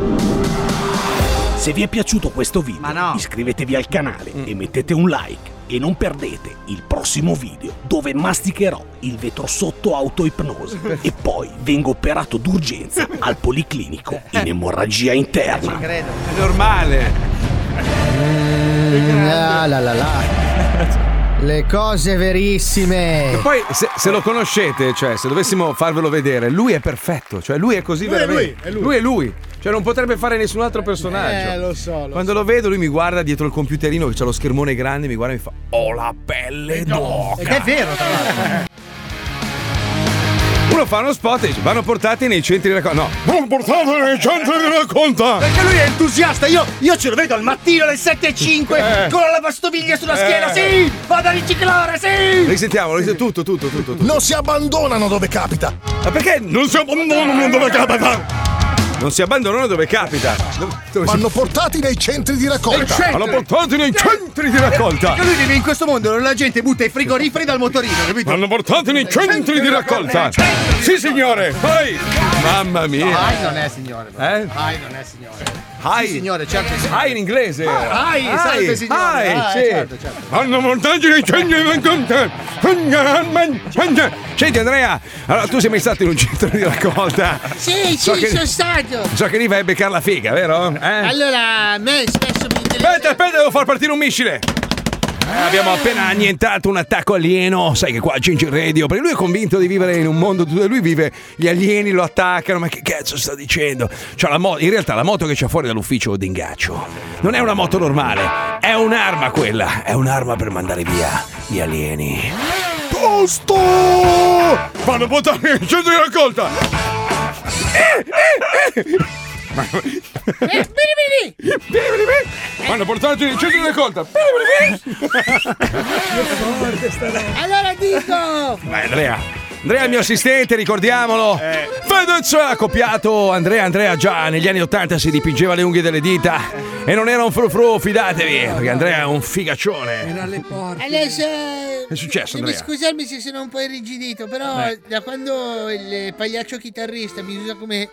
Se vi è piaciuto questo video, iscrivetevi al canale e mettete un like. E non perdete il prossimo video dove masticherò il vetro sotto autoipnosi e poi vengo operato d'urgenza al policlinico in emorragia interna. È normale. Le cose verissime. E poi se lo conoscete, cioè se dovessimo farvelo vedere, lui è perfetto, cioè lui è così veramente. Lui è lui. Cioè non potrebbe fare nessun altro personaggio. Lo so. Quando lo vedo lui mi guarda dietro il computerino che c'ha lo schermone grande, mi guarda e mi fa: "Ho la pelle d'oca". Ed è vero, tra l'altro. Uno fa uno spot e dice: vanno portati nei centri di raccolta. No, vanno portati nei centri di raccolta. Perché lui è entusiasta. Io ce lo vedo al mattino alle 7:05 con la lavastoviglie sulla schiena. Sì, vado a riciclare, sì. Risentiamo, tutto. Non si abbandonano dove capita. Ma perché non si abbandonano dove capita? Non si abbandonano dove capita. Vanno portati nei centri di raccolta. Vanno portati nei centri di raccolta. Perché lui vive in questo mondo dove la gente butta i frigoriferi dal motorino, capito? Vanno portati nei centri di raccolta. Sì, signore. Vai. Mamma mia. Hai non è signore. Hai non è signore. Hai, sì, signore, certo. Hai in inglese. Hai, salve signore. Hai, sì. Certo. Vanno portati nei centri di raccolta. Senti Andrea, allora tu sei mai stato in un centro di raccolta? Sì, sono stato. So che lì vai a beccare la figa, vero? Allora, a me spesso mi interessa. Aspetta, devo far partire un missile. Abbiamo appena annientato un attacco alieno. Sai che qua a Ginger Radio, perché lui è convinto di vivere in un mondo dove lui vive, gli alieni lo attaccano. Ma che cazzo sta dicendo? Cioè, in realtà la moto che c'è fuori dall'ufficio d'ingaccio non è una moto normale, è un'arma quella. È un'arma per mandare via gli alieni. Posto! Vanno portati nel centro di raccolta. Vanno portati nel centro di raccolta. Allora dico. Vai Andrea, il mio assistente, ricordiamolo. Fedez ha copiato Andrea già negli anni 80 si dipingeva le unghie delle dita e non era un frufru, fidatevi, perché Andrea è un figaccione. Era alle porte. Adesso è successo, Andrea? Scusarmi se sono un po' irrigidito, però da quando il pagliaccio chitarrista mi usa come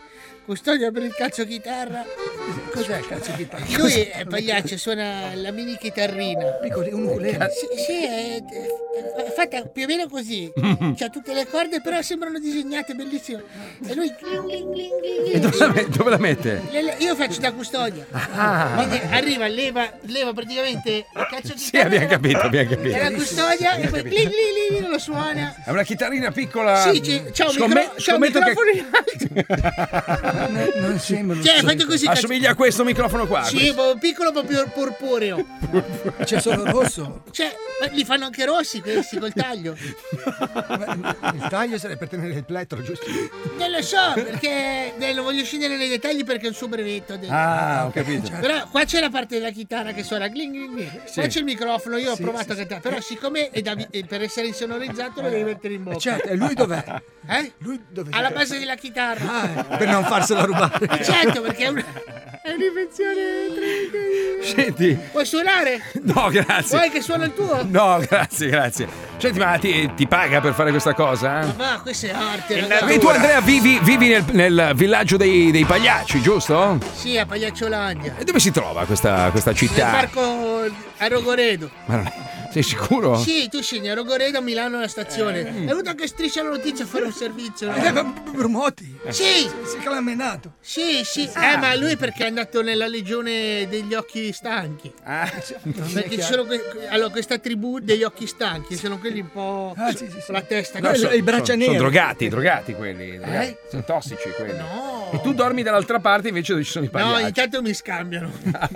Custodio per il cazzo chitarra. Cos'è il cazzo chitarra? Lui è pagliaccio, suona la mini chitarrina. Piccolo, un ukulele. Sì, è fatta più o meno così. C'ha tutte le corde, però sembrano disegnate, bellissime. E lui E dove la mette? Io faccio da custodia. Quindi arriva, leva praticamente il cazzo chitarra. Sì, abbiamo capito. E la custodia e poi lo suona. È una chitarrina piccola. Sì, c'ha un microfono in alto. Non sembra. Cioè, fatto così. Assomiglia a questo microfono qua. Sì, piccolo ma più purpureo. C'è solo rosso. Cioè, li fanno anche rossi questi col taglio. Il taglio sarebbe per tenere il plettro, giusto? Non lo so, perché non voglio scendere nei dettagli perché è un suo brevetto. Ah, ho capito. Però qua c'è la parte della chitarra che suona gling gling gling. Sì. Qua c'è il microfono, io ho provato a cantare. Però siccome per essere insonorizzato lo devi mettere in bocca. Certo, e lui dov'è? Lui dov'è? Alla base della chitarra. Per non farsela rubare. Certo, perché è un'invenzione. Senti. Vuoi suonare? No, grazie. Vuoi che suono il tuo? No, grazie. Senti, ma ti paga per fare questa cosa? Ma questa è arte. E tu, Andrea, vivi nel villaggio dei pagliacci, giusto? Sì, a Pagliacciolandia. E dove si trova questa città? Nel parco a Rogoredo. Ma non sei sicuro? Sì, tu scendi a Rogoredo, a Milano alla stazione. È venuto anche Striscia la Notizia a fare un servizio. Brumotti. Sì. Si è calamenato. Sì. Ma lui perché è andato nella legione degli occhi stanchi. Perché ci sono questa tribù degli occhi stanchi, sono quelli un po' con la testa. No, i braccia neri. Sono drogati quelli. Sono tossici quelli. No. E tu dormi dall'altra parte invece dove ci sono i pagliacci. No, intanto mi scambiano.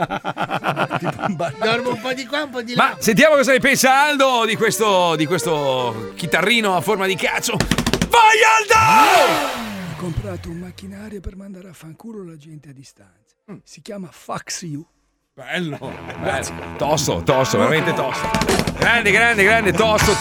Dormo un po' di qua, un po' di là. Ma sentiamo cosa ne pensa Aldo di questo chitarrino a forma di cazzo. Vai Aldo! Ho comprato un macchinario per mandare a fanculo la gente a distanza. Si chiama Fax You. Bello. Tosto, veramente tosto. Grande,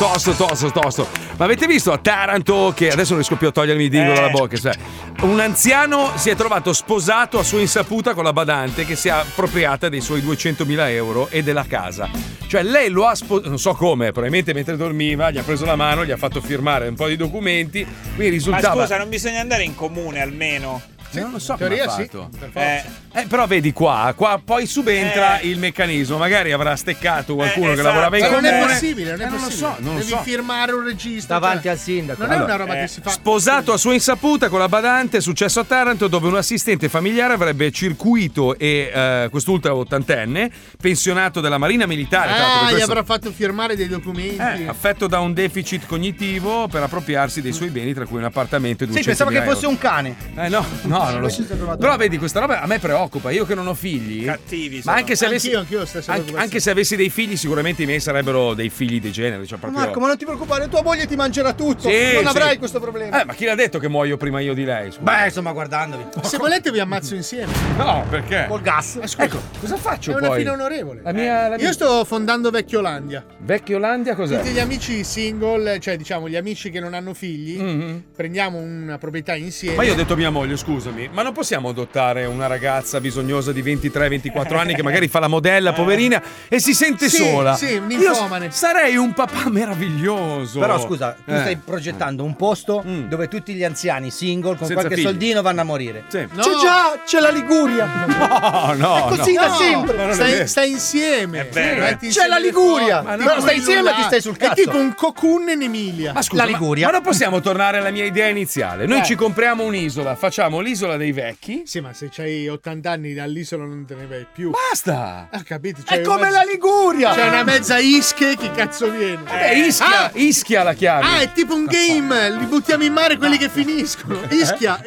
tosto. Ma avete visto a Taranto che adesso non riesco più a togliermi il dingolo dalla bocca, cioè, un anziano si è trovato sposato a sua insaputa con la badante che si è appropriata dei suoi 200.000 euro e della casa. Cioè lei lo ha sposato, non so come, probabilmente mentre dormiva, gli ha preso la mano, gli ha fatto firmare un po' di documenti, quindi risultava... Ma scusa, non bisogna andare in comune almeno? Non lo so come come ha ha fatto. fatto. Per forza. Però vedi qua poi subentra il meccanismo, magari avrà steccato qualcuno che lavorava in Ma comune. non è possibile, non lo so, Devi firmare un registro davanti al sindaco. Non è una roba che si fa. Sposato a sua insaputa con la badante, è successo a Taranto, dove un assistente familiare avrebbe circuito e quest'ultimo ottantenne, pensionato della Marina Militare. tra l'altro, per Gli questo- avrà fatto firmare dei documenti. affetto da un deficit cognitivo per appropriarsi dei suoi beni, tra cui un appartamento e 200.000 Sì, pensavo che fosse euro. un cane. No, non lo so. Però vedi, questa roba a me preoccupa. Io che non ho figli. Cattivi Ma anche se avessi, Anch'io stessa anche se avessi dei figli, sicuramente i miei sarebbero dei figli degeneri. Cioè proprio... Marco, ma non ti preoccupare, tua moglie ti mangerà tutto. Sì, non avrai sì. questo problema. Ma chi l'ha detto che muoio prima io di lei? Scusa. Beh, insomma, guardandovi. Se volete vi ammazzo insieme. No, perché? Col gas. Ecco, cosa faccio È una poi? fine onorevole. La mia- Io sto fondando Vecchiolandia. Vecchiolandia cos'è? Tutti gli amici single, cioè diciamo gli amici che non hanno figli, prendiamo una proprietà insieme. Ma io ho detto a mia moglie, scusami, ma non possiamo adottare una ragazza bisognosa di 23-24 anni che magari fa la modella, poverina, e si sente Sì, sola? sì, un Io infomane. sarei un papà meraviglioso. Però scusa, tu stai progettando un posto dove tutti gli anziani single con Senza qualche figli. soldino vanno a morire. Sì. No. C'è la Liguria. No, È così da No, sempre. ma non è vero. Stai insieme. C'è la Liguria. Ma Però stai insieme e ti stai sul È cazzo. tipo un cocoon in Emilia. Ma scusa, La Liguria. ma non possiamo tornare alla mia idea iniziale. Noi ci compriamo un'isola, facciamo l'isola dei vecchi. Sì, ma se c'hai 80 anni dall'isola non te ne vai più. Basta! Ah, capito? È come la Liguria. C'è una mezza Ische, chi cazzo viene? Ischia la chiave. Ah, è tipo un game, li buttiamo in mare quelli che finiscono. Ischia.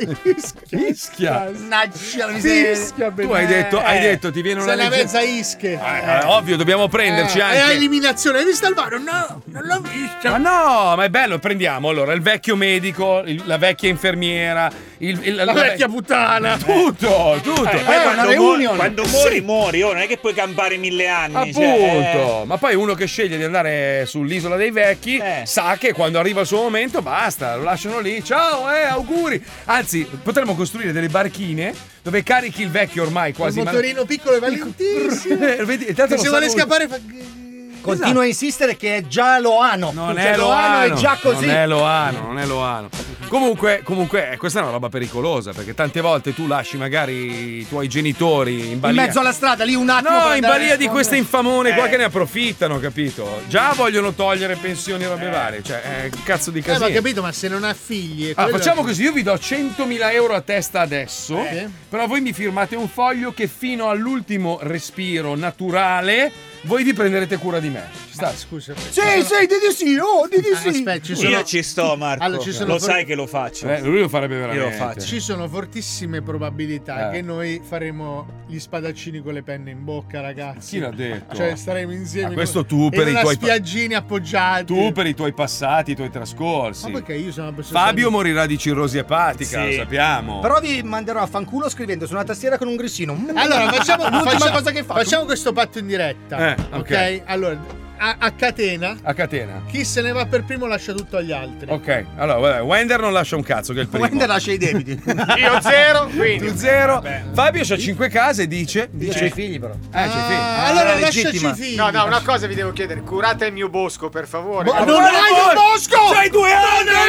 Mannaggia la miseria. Ischia, Tu hai detto, ti viene una Sei una legge. mezza Ische. Ovvio, dobbiamo prenderci E a anche. eliminazione. Hai visto il varo? No, non l'ho vista. Ma no, ma è bello, prendiamo allora il vecchio medico, la vecchia infermiera, La vecchia puttana. Tutto. Quando muori, non è che puoi campare 1000 anni. Appunto, ma poi uno che sceglie di andare sull'isola dei vecchi sa che quando arriva il suo momento basta, lo lasciano lì, ciao, auguri. Anzi, potremmo costruire delle barchine dove carichi il vecchio ormai quasi Un motorino piccolo e valentissimo. Vedi, intanto Che lo se sa vuole lui. scappare fa... Continua a insistere che è già Loano. Non Cioè, è Loano è già così. Non è Loano. Comunque, questa è una roba pericolosa, perché tante volte tu lasci magari i tuoi genitori in balia. In mezzo alla strada, lì un attimo. No, in balia di queste infamone qua che ne approfittano, capito? Già vogliono togliere pensioni e robe varie. Cioè, cazzo di casino. Ma capito, ma se non ha figli. Facciamo così: io vi do 100.000 euro a testa adesso, però voi mi firmate un foglio che fino all'ultimo respiro naturale voi vi prenderete cura di me. Ci sta? Scusa. Sì, di sì. Aspetta, Io ci sto, Marco. Allora, sai che lo faccio. Lui lo farebbe veramente. Io lo faccio. Ci sono fortissime probabilità che noi faremo gli spadaccini con le penne in bocca, ragazzi. Chi l'ha detto? Cioè, staremo insieme. Questo tu per i tuoi spiaggini appoggiati. Tu per i tuoi passati, i tuoi trascorsi. Ma perché io sono una persona. Fabio morirà di cirrosi epatica, lo sappiamo. Però vi manderò a fanculo scrivendo su una tastiera con un grissino. Allora, facciamo l'ultima cosa che faccio. Facciamo questo patto in diretta. Ok? Allora, a catena. Chi se ne va per primo lascia tutto agli altri. Ok, allora, Wender non lascia un cazzo, che è il primo. Wender lascia i debiti. Io 0, quindi. Tu 0. Fabio c'ha 5 case e dice c'è i figli però. C'è i figli. Allora lasciaci i figli. No, una cosa vi devo chiedere. Curate il mio bosco, per favore. Non hai un bosco! C'hai 2 anni! Non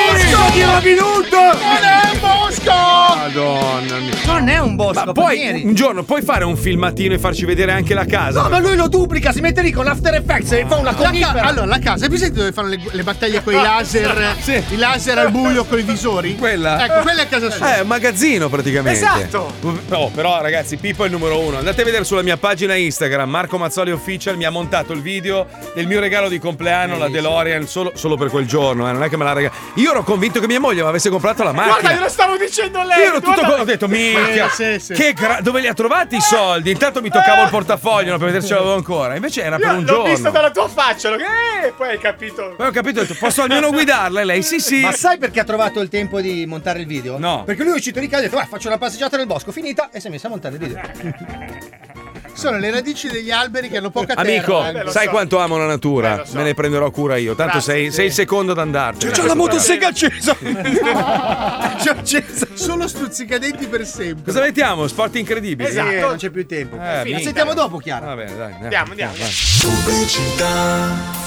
è un bosco! Non è un bosco! Madonna mia. Non è un bosco. Ma poi un giorno puoi fare un filmatino e farci vedere anche la casa? No, ma lui lo duplica, si mette lì con After Effects e fa una conifera. Allora, la casa, hai presente dove fanno le battaglie con i laser? Sì. I laser al buio con i visori? Quella? Ecco, quella è a casa sua. È un magazzino praticamente. Esatto. No, però ragazzi, Pippo è il numero 1. Andate a vedere sulla mia pagina Instagram, Marco Mazzoli Official, mi ha montato il video del mio regalo di compleanno, la DeLorean, solo per quel giorno, non è che me l'ha regalato. Io ero convinto che mia moglie mi avesse comprato la macchina. Guarda, glielo stavo dicendo lei. Io ero tutto ho detto, minchia, dove li ha trovati i soldi? Intanto mi toccavo il portafoglio per vedere se ce l'avevo ancora. Invece era per un giorno. L'ho visto dalla tua faccia, poi hai capito. Poi ho capito, ho detto, posso almeno guidarla? E lei, sì. Ma sai perché ha trovato il tempo di montare il video? No. Perché lui è uscito di casa e ha detto, faccio una passeggiata nel bosco, finita, e si è messo a montare il video. Sono le radici degli alberi che hanno poca terra. Amico, sai quanto amo la natura? Me ne prenderò cura io. Tanto sei il secondo ad andarci. C'ho la motosega accesa. Solo stuzzicadenti per sempre. Cosa mettiamo? Sport incredibili. Esatto, non c'è più tempo. La sentiamo dopo, Chiara. Va bene, dai. Andiamo. Pubblicità.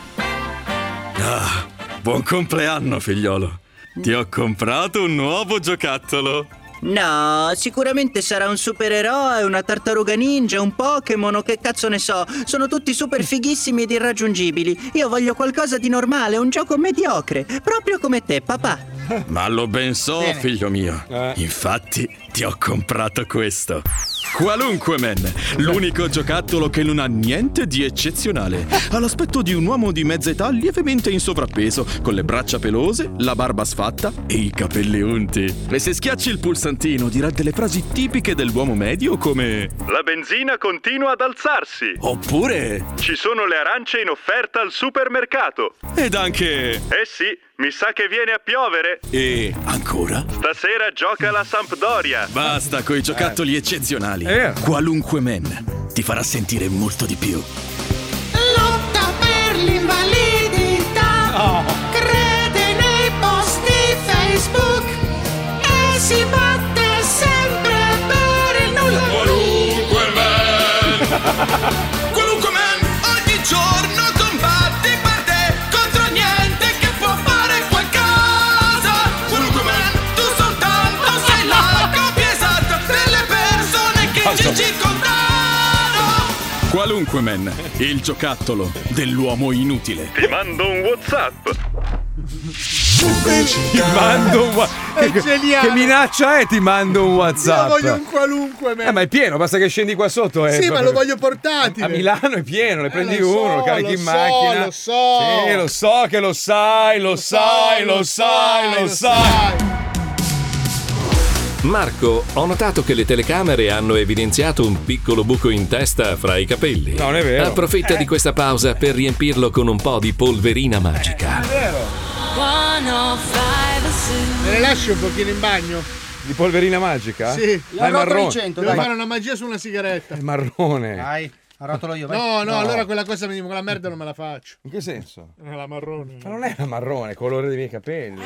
Buon compleanno, figliolo. Ti ho comprato un nuovo giocattolo. No, sicuramente sarà un supereroe, una tartaruga ninja, un Pokémon o che cazzo ne so. Sono tutti super fighissimi ed irraggiungibili. Io voglio qualcosa di normale, un gioco mediocre, proprio come te, papà. Ma lo ben so, figlio mio. Infatti, ti ho comprato questo. Qualunque Man, l'unico giocattolo che non ha niente di eccezionale. Ha l'aspetto di un uomo di mezza età lievemente in sovrappeso, con le braccia pelose, la barba sfatta e i capelli unti. E se schiacci il pulsantino dirà delle frasi tipiche dell'uomo medio come: la benzina continua ad alzarsi. Oppure: ci sono le arance in offerta al supermercato. Ed anche: eh sì, mi sa che viene a piovere. E ancora: stasera gioca la Sampdoria. Basta coi giocattoli eccezionali. Qualunque Man ti farà sentire molto di più. Lotta per l'invalidità. Crede nei posti Facebook e si batte sempre per il nulla. Qualunque Man. Qualunque man ogni giorno combatti per te contro niente che può fare qualcosa. Qualunque man, tu soltanto sei la copia esatta delle persone che ci circondano. Qualunque Man, il giocattolo dell'uomo inutile. Ti mando un WhatsApp. Ti mando un WhatsApp. Che minaccia è? Ti mando un WhatsApp. Io voglio un qualunque man. Ma è pieno, basta che scendi qua sotto. Sì, ma lo voglio portatile. A Milano è pieno, ne prendi lo so, uno, lo carichi in macchina. Lo so. Sì, lo so che lo sai. Marco, ho notato che le telecamere hanno evidenziato un piccolo buco in testa fra i capelli. Non è vero. Approfitta di questa pausa per riempirlo con un po' di polverina magica. È vero. Me ne lasci un pochino in bagno? Di polverina magica? Sì. Ma è marrone. Devo fare una magia su una sigaretta. È marrone. Dai, arrotolo io. Vai. No, allora quella cosa mi quella merda non me la faccio. In che senso? È la marrone. Ma non è la marrone, è il colore dei miei capelli.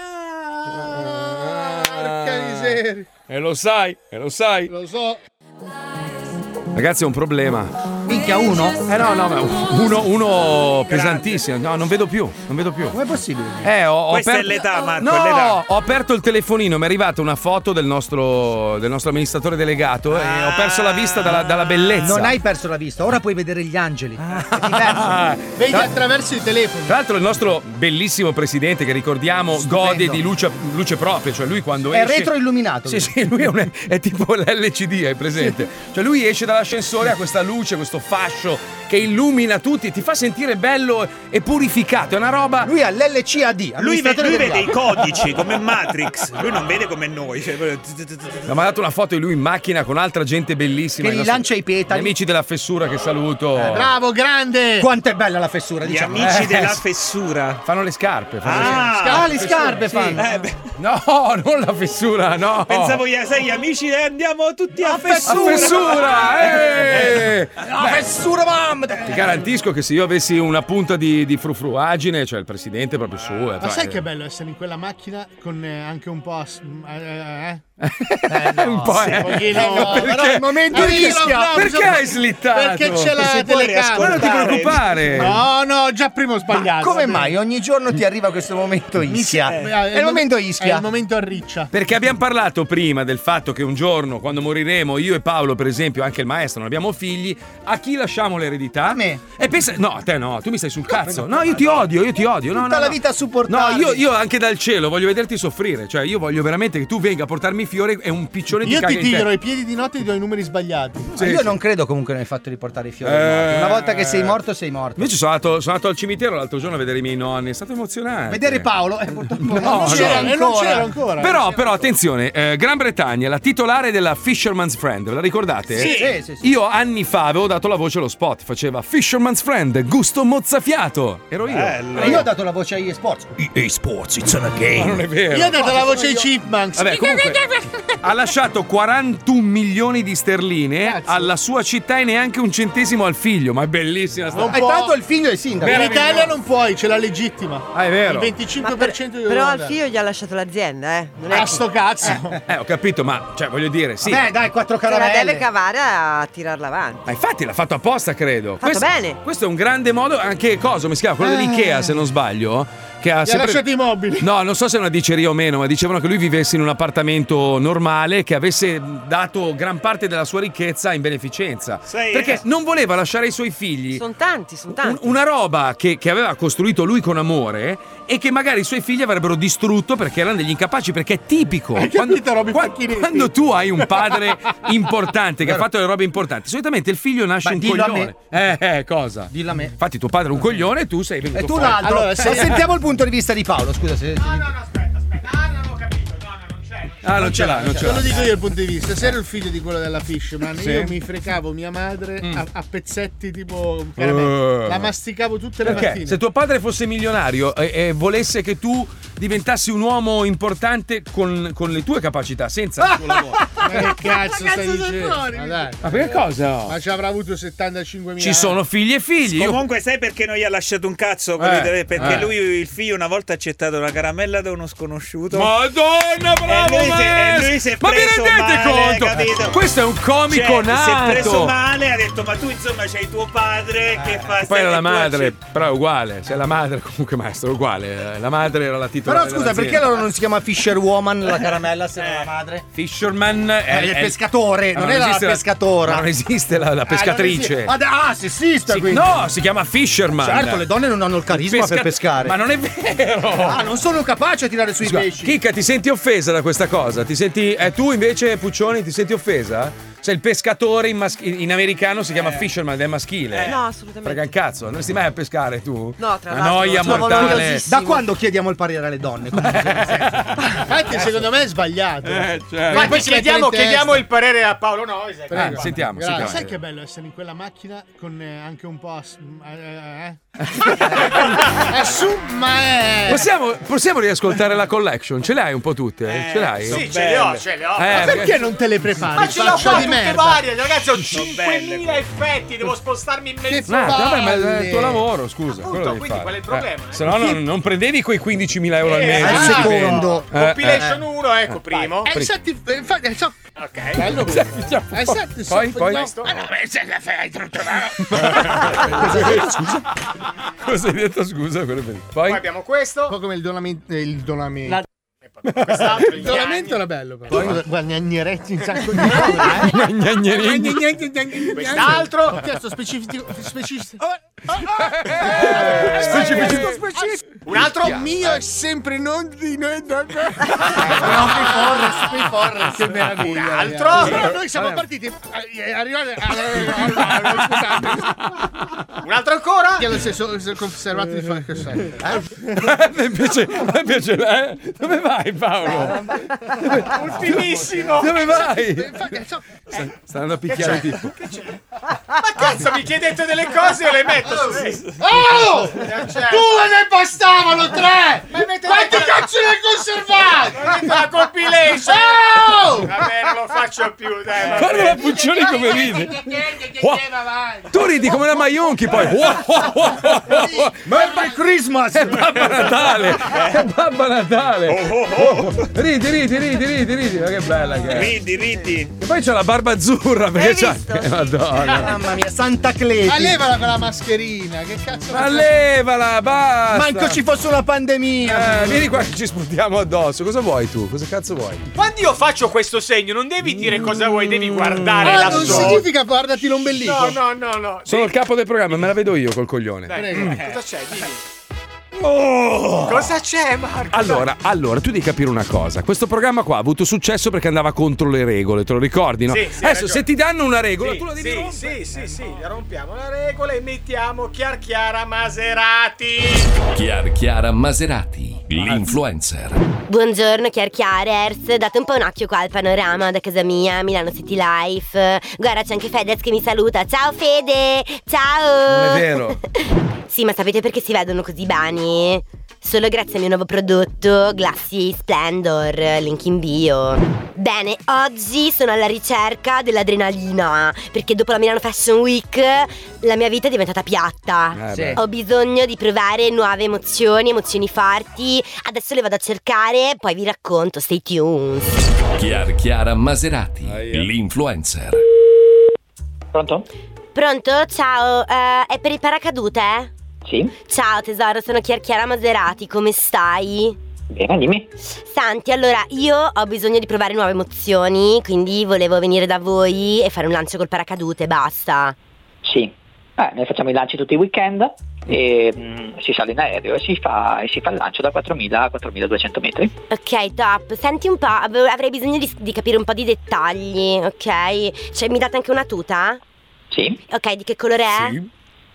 Porca miseria. E lo sai. Lo so. Ragazzi, è un problema. Minchia, uno? No, ma uno pesantissimo. No, non vedo più. Com'è possibile? Questa è l'età, Marco. No, l'età. ho aperto il telefonino, mi è arrivata una foto del nostro amministratore delegato e ho perso la vista dalla bellezza. Non hai perso la vista, ora puoi vedere gli angeli. È diverso. Vedi attraverso i telefoni. Tra l'altro il nostro bellissimo presidente, che ricordiamo, gode di luce propria, cioè lui quando esce... È retroilluminato. Sì, lui è tipo l'LCD, hai presente? Cioè lui esce dall'ascensore, ha questa luce, questo fascio che illumina tutti, ti fa sentire bello e purificato, è una roba... Lui ha l'LCAD. Lui vede i codici come Matrix, lui non vede come noi. Cioè... Mi ha mandato una foto di lui in macchina con altra gente bellissima. Che gli lancia i petali. Gli amici della fessura che saluto. Bravo, grande! Quanto è bella la fessura, Gli diciamo. amici della fessura. Fanno le scarpe. Le scarpe fanno. No, non la fessura, no. Pensavo, sai, gli amici andiamo tutti a fessura. A fessura! La fessura, mamma! Ti garantisco che se io avessi una punta di frufruagine, cioè il presidente proprio su. Ma sai che bello essere in quella macchina con anche un po'... un po' un pochino, però il momento Ischia. Perché hai slittato? Perché c'è la telecamera. Non ti preoccupare. No, già prima ho sbagliato. Ma come mai ogni giorno ti arriva questo momento Ischia? È il momento Ischia. È il momento a riccia. Perché abbiamo parlato prima del fatto che un giorno, quando moriremo, io e Paolo, per esempio, anche il maestro, non abbiamo figli, a chi lasciamo l'eredità? A me. E pensa, no, a te no, tu mi stai sul cazzo. No, io ti odio. Tutta la vita a supportarmi. No, io anche dal cielo voglio vederti soffrire. Cioè, io voglio veramente che tu venga a portarmi i fiori e un piccione ti caga in te. Io ti tiro i piedi di notte e ti do i numeri sbagliati. Io non credo comunque nel fatto di portare i fiori morti. Una volta che sei morto, sei morto. Invece sono andato al cimitero l'altro giorno a vedere i miei nonni, è stato emozionante. Vedere Paolo, purtroppo non c'era ancora. Però attenzione, Gran Bretagna, la titolare della Fisherman's Friend, ve la ricordate? Sì. Io anni fa avevo dato la voce allo spot, faceva Fisherman's Friend, gusto mozzafiato. Ero io. Io ho dato la voce agli Sports. EA Sports, it's in a game. Ma non è vero. Io ho dato la voce ai Chipmunks. Vabbè, comunque, ha lasciato 41 milioni di sterline alla sua città e neanche un centesimo al figlio. Ma è bellissima sta E tanto il figlio è il sindaco. In Italia non puoi, c'è la legittima. È vero. Il 25% di Però al figlio gli ha lasciato l'azienda, Non è sto cazzo. Ho capito, ma cioè voglio dire, sì. Beh, dai, 4 caramelle. Se la deve cavare a tirarla avanti. Ma infatti l'ha fatto apposta, credo. Fatto bene. Questo è un grande modo, anche cosa, mi si chiama? Quello dell'Ikea, se non sbaglio. Che ha lasciato i mobili. No, non so se è una diceria o meno, ma dicevano che lui vivesse in un appartamento normale, che avesse dato gran parte della sua ricchezza in beneficenza. Perché non voleva lasciare ai suoi figli. Sono tanti. Una roba che aveva costruito lui con amore e che magari i suoi figli avrebbero distrutto perché erano degli incapaci, perché è tipico. Quando tu hai un padre importante che ha fatto le robe importanti, solitamente il figlio nasce un coglione. Cosa? Dillo a me. Infatti tuo padre è un coglione e tu sei venuto E tu fuori. l'altro. Allora, sentiamo il punto di vista di Paolo, scusa se... No, aspetta. Non ho capito. Non c'è. Non ce l'ha. Te lo dico io il punto di vista. Se ero il figlio di quello della Fishman, io mi fregavo mia madre a pezzetti tipo caramelle. La masticavo tutte le mattine. Se tuo padre fosse milionario e volesse che tu diventassi un uomo importante con le tue capacità, senza il tuo lavoro. Ma che cazzo stai dicendo? Ma perché cosa? Ma ci avrà avuto 75.000. Ci sono figli e figli. Comunque sai perché non gli ha lasciato un cazzo? Perché lui, il figlio, una volta ha accettato una caramella da uno sconosciuto. Madonna, bravo! E lui si è ma vi preso rendete male, conto? capito? Questo è un comico nato. Si è preso male, ha detto ma tu insomma c'hai tuo padre che fa. Poi era la madre, però è uguale. Se la madre, comunque maestro, è uguale. La madre era la titolare. Però scusa, perché allora non si chiama Fisherwoman la caramella se non la madre? Fisherman è il pescatore, non è la pescatora. Non esiste la pescatrice. Se esiste quindi. No, si chiama Fisherman. Certo, le donne non hanno il carisma per pescare. Ma non è vero. Non sono capaci a tirare sui pesci. Chicca, ti senti offesa da questa cosa? Ti senti tu invece Puccioni ti senti offesa? Cioè il pescatore in americano si chiama fisherman ed è maschile. No, assolutamente. Frega un cazzo, andresti mai a pescare tu? No, tra una l'altro. Noia mortale. Da quando chiediamo il parere alle donne? Infatti secondo me è sbagliato. Ma poi chiediamo il parere a Paolo Noise. Sentiamo. Sai che bello essere in quella macchina con anche un po' Possiamo riascoltare la collection? Ce l'hai un po' tutte? Ce l'hai? Sì, ce le ho. Ma perché non te le prepari? Ma ce l'ho qua tutte varie, ragazzi, ho 5.000 effetti, devo spostarmi in mezz'ora. Vabbè, ma è il tuo lavoro, scusa. Appunto, quindi qual è il problema? Se no non prendevi quei 15.000 euro al mese. Al secondo. Compilation 1, ecco, primo. Infatti, Ok. Bello. Poi? Cosa hai detto? Scusa, Poi abbiamo questo. Un po' come il donamento. Il donamento era bello. Poi guagnanieretti in sacco di quest'altro. Ho chiesto specifico. Un altro. Il mio è sempre non di noi. Forrest. Che meraviglia. Un altro. Però noi siamo partiti. Arrivate. Un altro ancora. Chiedo se sono conservato di fare cos'è. Mi piace lei. Dove vai, Paolo? Ultimissimo. Dove vai? Stanno a picchiare tipo. Ma cazzo, mi chiedete delle cose e le metto su. Oh! 2 ne bastavano, 3! Quanti cazzo ne hai conservati? Avete la compilation! Oh! Vabbè, non lo faccio più, dai. Guarda la Puccioni come ride. Tu ridi come la Maionchi poi. Merry Christmas! È Babbo Natale! È Babbo Natale! Ridi, ma che bella che è. Ridi. E poi c'ha la barba azzurra perché c'ha. Madonna. Mamma mia, Santa Cleti. Ma levala con la mascherina, che cazzo? Ma levala, basta. Manco ci fosse una pandemia. Vieni qua che ci sputiamo addosso. Cosa vuoi tu? Cosa cazzo vuoi? Quando io faccio questo segno, non devi dire cosa vuoi, devi guardare lassù. Non significa guardati l'ombelico. No. Sono il capo del programma, me la vedo io col coglione. Dai, cosa c'è? Dimmi. Cosa c'è, Marco? Allora, tu devi capire una cosa. Questo programma qua ha avuto successo perché andava contro le regole, te lo ricordi, no? Sì, adesso se ti danno una regola, tu la devi rompere. Sì, rompiamo la regola e mettiamo Chiara Maserati. Chiara Maserati, l'influencer. Buongiorno Chiarchiarers, date un po' un occhio qua al panorama da casa mia, Milano City Life. Guarda, c'è anche Fedez che mi saluta. Ciao Fede, ciao. Non è vero. Sì, ma sapete perché si vedono così bene? Solo grazie al mio nuovo prodotto Glassy Splendor, link in bio. Bene, oggi sono alla ricerca dell'adrenalina, perché dopo la Milano Fashion Week la mia vita è diventata piatta. Ho bisogno di provare nuove emozioni forti. Adesso le vado a cercare, poi vi racconto, stay tuned. Chiara Maserati, l'influencer. Pronto? Pronto? Ciao, è per il paracadute? Sì. Ciao tesoro, sono Chiara Maserati, come stai? Bene, dimmi. Senti, allora, io ho bisogno di provare nuove emozioni, quindi volevo venire da voi e fare un lancio col paracadute, basta. Sì. Noi facciamo i lanci tutti i weekend e si sale in aereo e si fa il lancio da 4.000 a 4.200 metri. Ok, top. Senti un po', avrei bisogno di capire un po' di dettagli, ok? Cioè, mi date anche una tuta? Sì. Ok, di che colore è? Sì.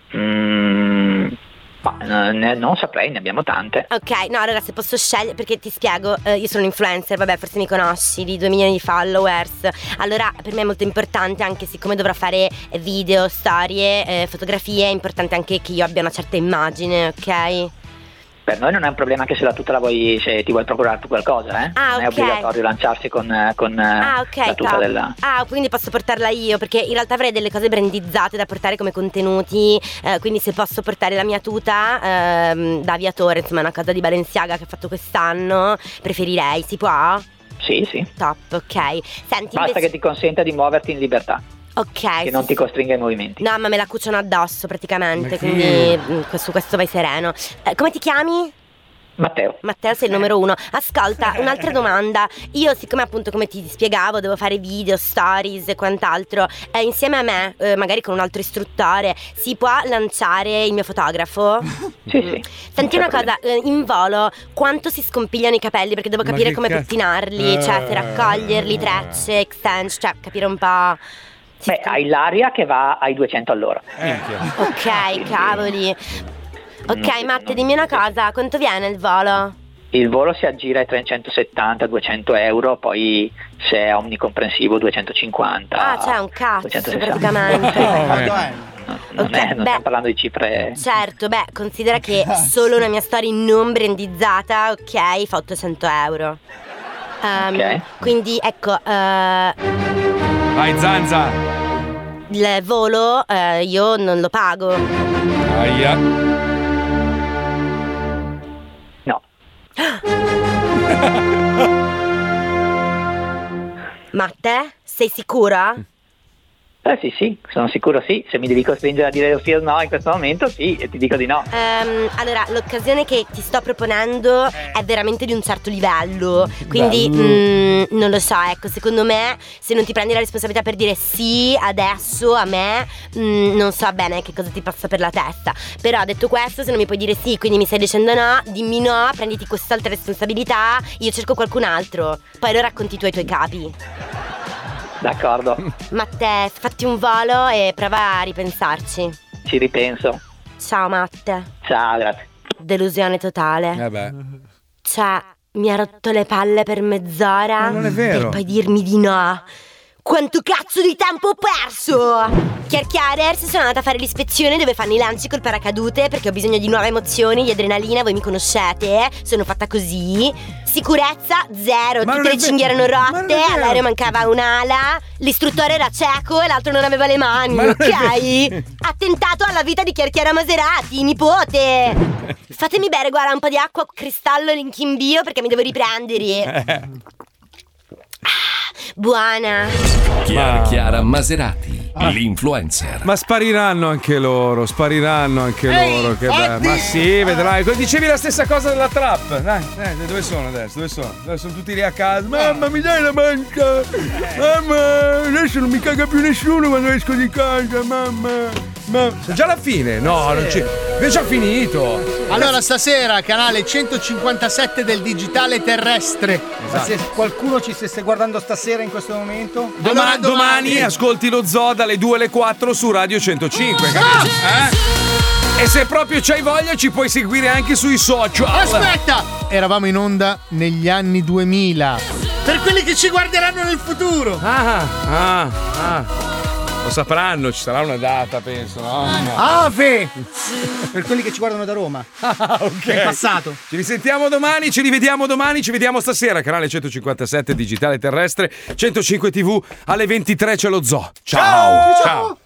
Non saprei, ne abbiamo tante. Ok, no, allora se posso scegliere, perché ti spiego, io sono un influencer, vabbè, forse mi conosci, di 2 milioni di followers. Allora per me è molto importante, anche siccome dovrò fare video, storie, fotografie, è importante anche che io abbia una certa immagine, ok? Per noi non è un problema anche se la tuta la vuoi, se ti vuoi procurare tu qualcosa, Ah, non è obbligatorio lanciarsi con la tuta della. Ah, quindi posso portarla io, perché in realtà avrei delle cose brandizzate da portare come contenuti, quindi se posso portare la mia tuta da aviatore, insomma è una cosa di Balenciaga che ho fatto quest'anno, preferirei, si può? Sì. Top, ok. Senti, basta che ti consenta di muoverti in libertà. Ok. Che non ti costringa ai movimenti. No, ma me la cuciono addosso praticamente, quindi su questo vai sereno. Come ti chiami? Matteo. Matteo, sei il numero 1. Ascolta, un'altra domanda. Io, siccome appunto come ti spiegavo devo fare video, stories e quant'altro, insieme a me, magari con un altro istruttore, si può lanciare il mio fotografo? Sì. Senti una cosa, in volo quanto si scompigliano i capelli? Perché devo capire come pettinarli, cioè se raccoglierli, trecce, extension, cioè capire un po'. Hai l'aria che va ai 200 all'ora. Ok, cavoli. Ok, Matte, dimmi una cosa, quanto viene il volo? Il volo si aggira ai 370-200 euro, poi se è omnicomprensivo 250. Ah, c'è un cazzo 260. praticamente. Non stiamo parlando di cifre. Certo, considera che solo una mia story non brandizzata, ok, fa 800 euro. Quindi ecco, vai Zanza. Il volo io non lo pago. Aia. No. Ma te? Sei sicura? Sì, sono sicuro sì. Se mi devi costringere a dire sì o no in questo momento, sì, e ti dico di no. Allora, l'occasione che ti sto proponendo è veramente di un certo livello. Quindi, non lo so, ecco, secondo me, se non ti prendi la responsabilità per dire sì adesso a me, non so bene che cosa ti passa per la testa. Però, detto questo, se non mi puoi dire sì, quindi mi stai dicendo no, dimmi no, prenditi quest'altra responsabilità, io cerco qualcun altro. Poi lo racconti tu ai tuoi capi. D'accordo. Matte, fatti un volo e prova a ripensarci. Ci ripenso. Ciao Matte. Ciao, grazie. Delusione totale. Cioè, mi ha rotto le palle per mezz'ora. Ma non è vero. Per poi dirmi di no. Quanto cazzo di tempo ho perso! Chiarchiarers, sono andata a fare l'ispezione dove fanno i lanci col paracadute perché ho bisogno di nuove emozioni, di adrenalina, voi mi conoscete, sono fatta così. Sicurezza, zero, tutte le cinghie erano rotte, all'aereo mancava un'ala, l'istruttore era cieco e l'altro non aveva le mani, ok? Attentato alla vita di Chiarchiara Maserati, nipote! Fatemi bere, guarda, un po' di acqua cristallo Linkin Bio perché mi devo riprendere. Buona. Chiara Maserati, l'influencer. Ma spariranno anche loro, che bello. Ma sì, vedrai. Dicevi la stessa cosa della trap. Dai, dove sono adesso? Dove sono tutti lì a casa. Mamma, mi dai la mancia. Mamma, adesso non mi caga più nessuno quando esco di casa, mamma. C'è già la fine? No, non c'è. È già finito. Allora, stasera, canale 157 del digitale terrestre. Ma se qualcuno ci stesse guardando stasera in questo momento, Domani ascolti lo Zoo dalle 2 alle 4 su Radio 105. E se proprio c'hai voglia ci puoi seguire anche sui social. Aspetta! Eravamo in onda negli anni 2000. Per quelli che ci guarderanno nel futuro. Lo sapranno, ci sarà una data, penso, no? Ave! Per quelli che ci guardano da Roma. Ok. È passato. Ci risentiamo domani, ci rivediamo domani, ci vediamo stasera. Canale 157 digitale terrestre, 105 TV alle 23 c'è lo Zoo. Ciao!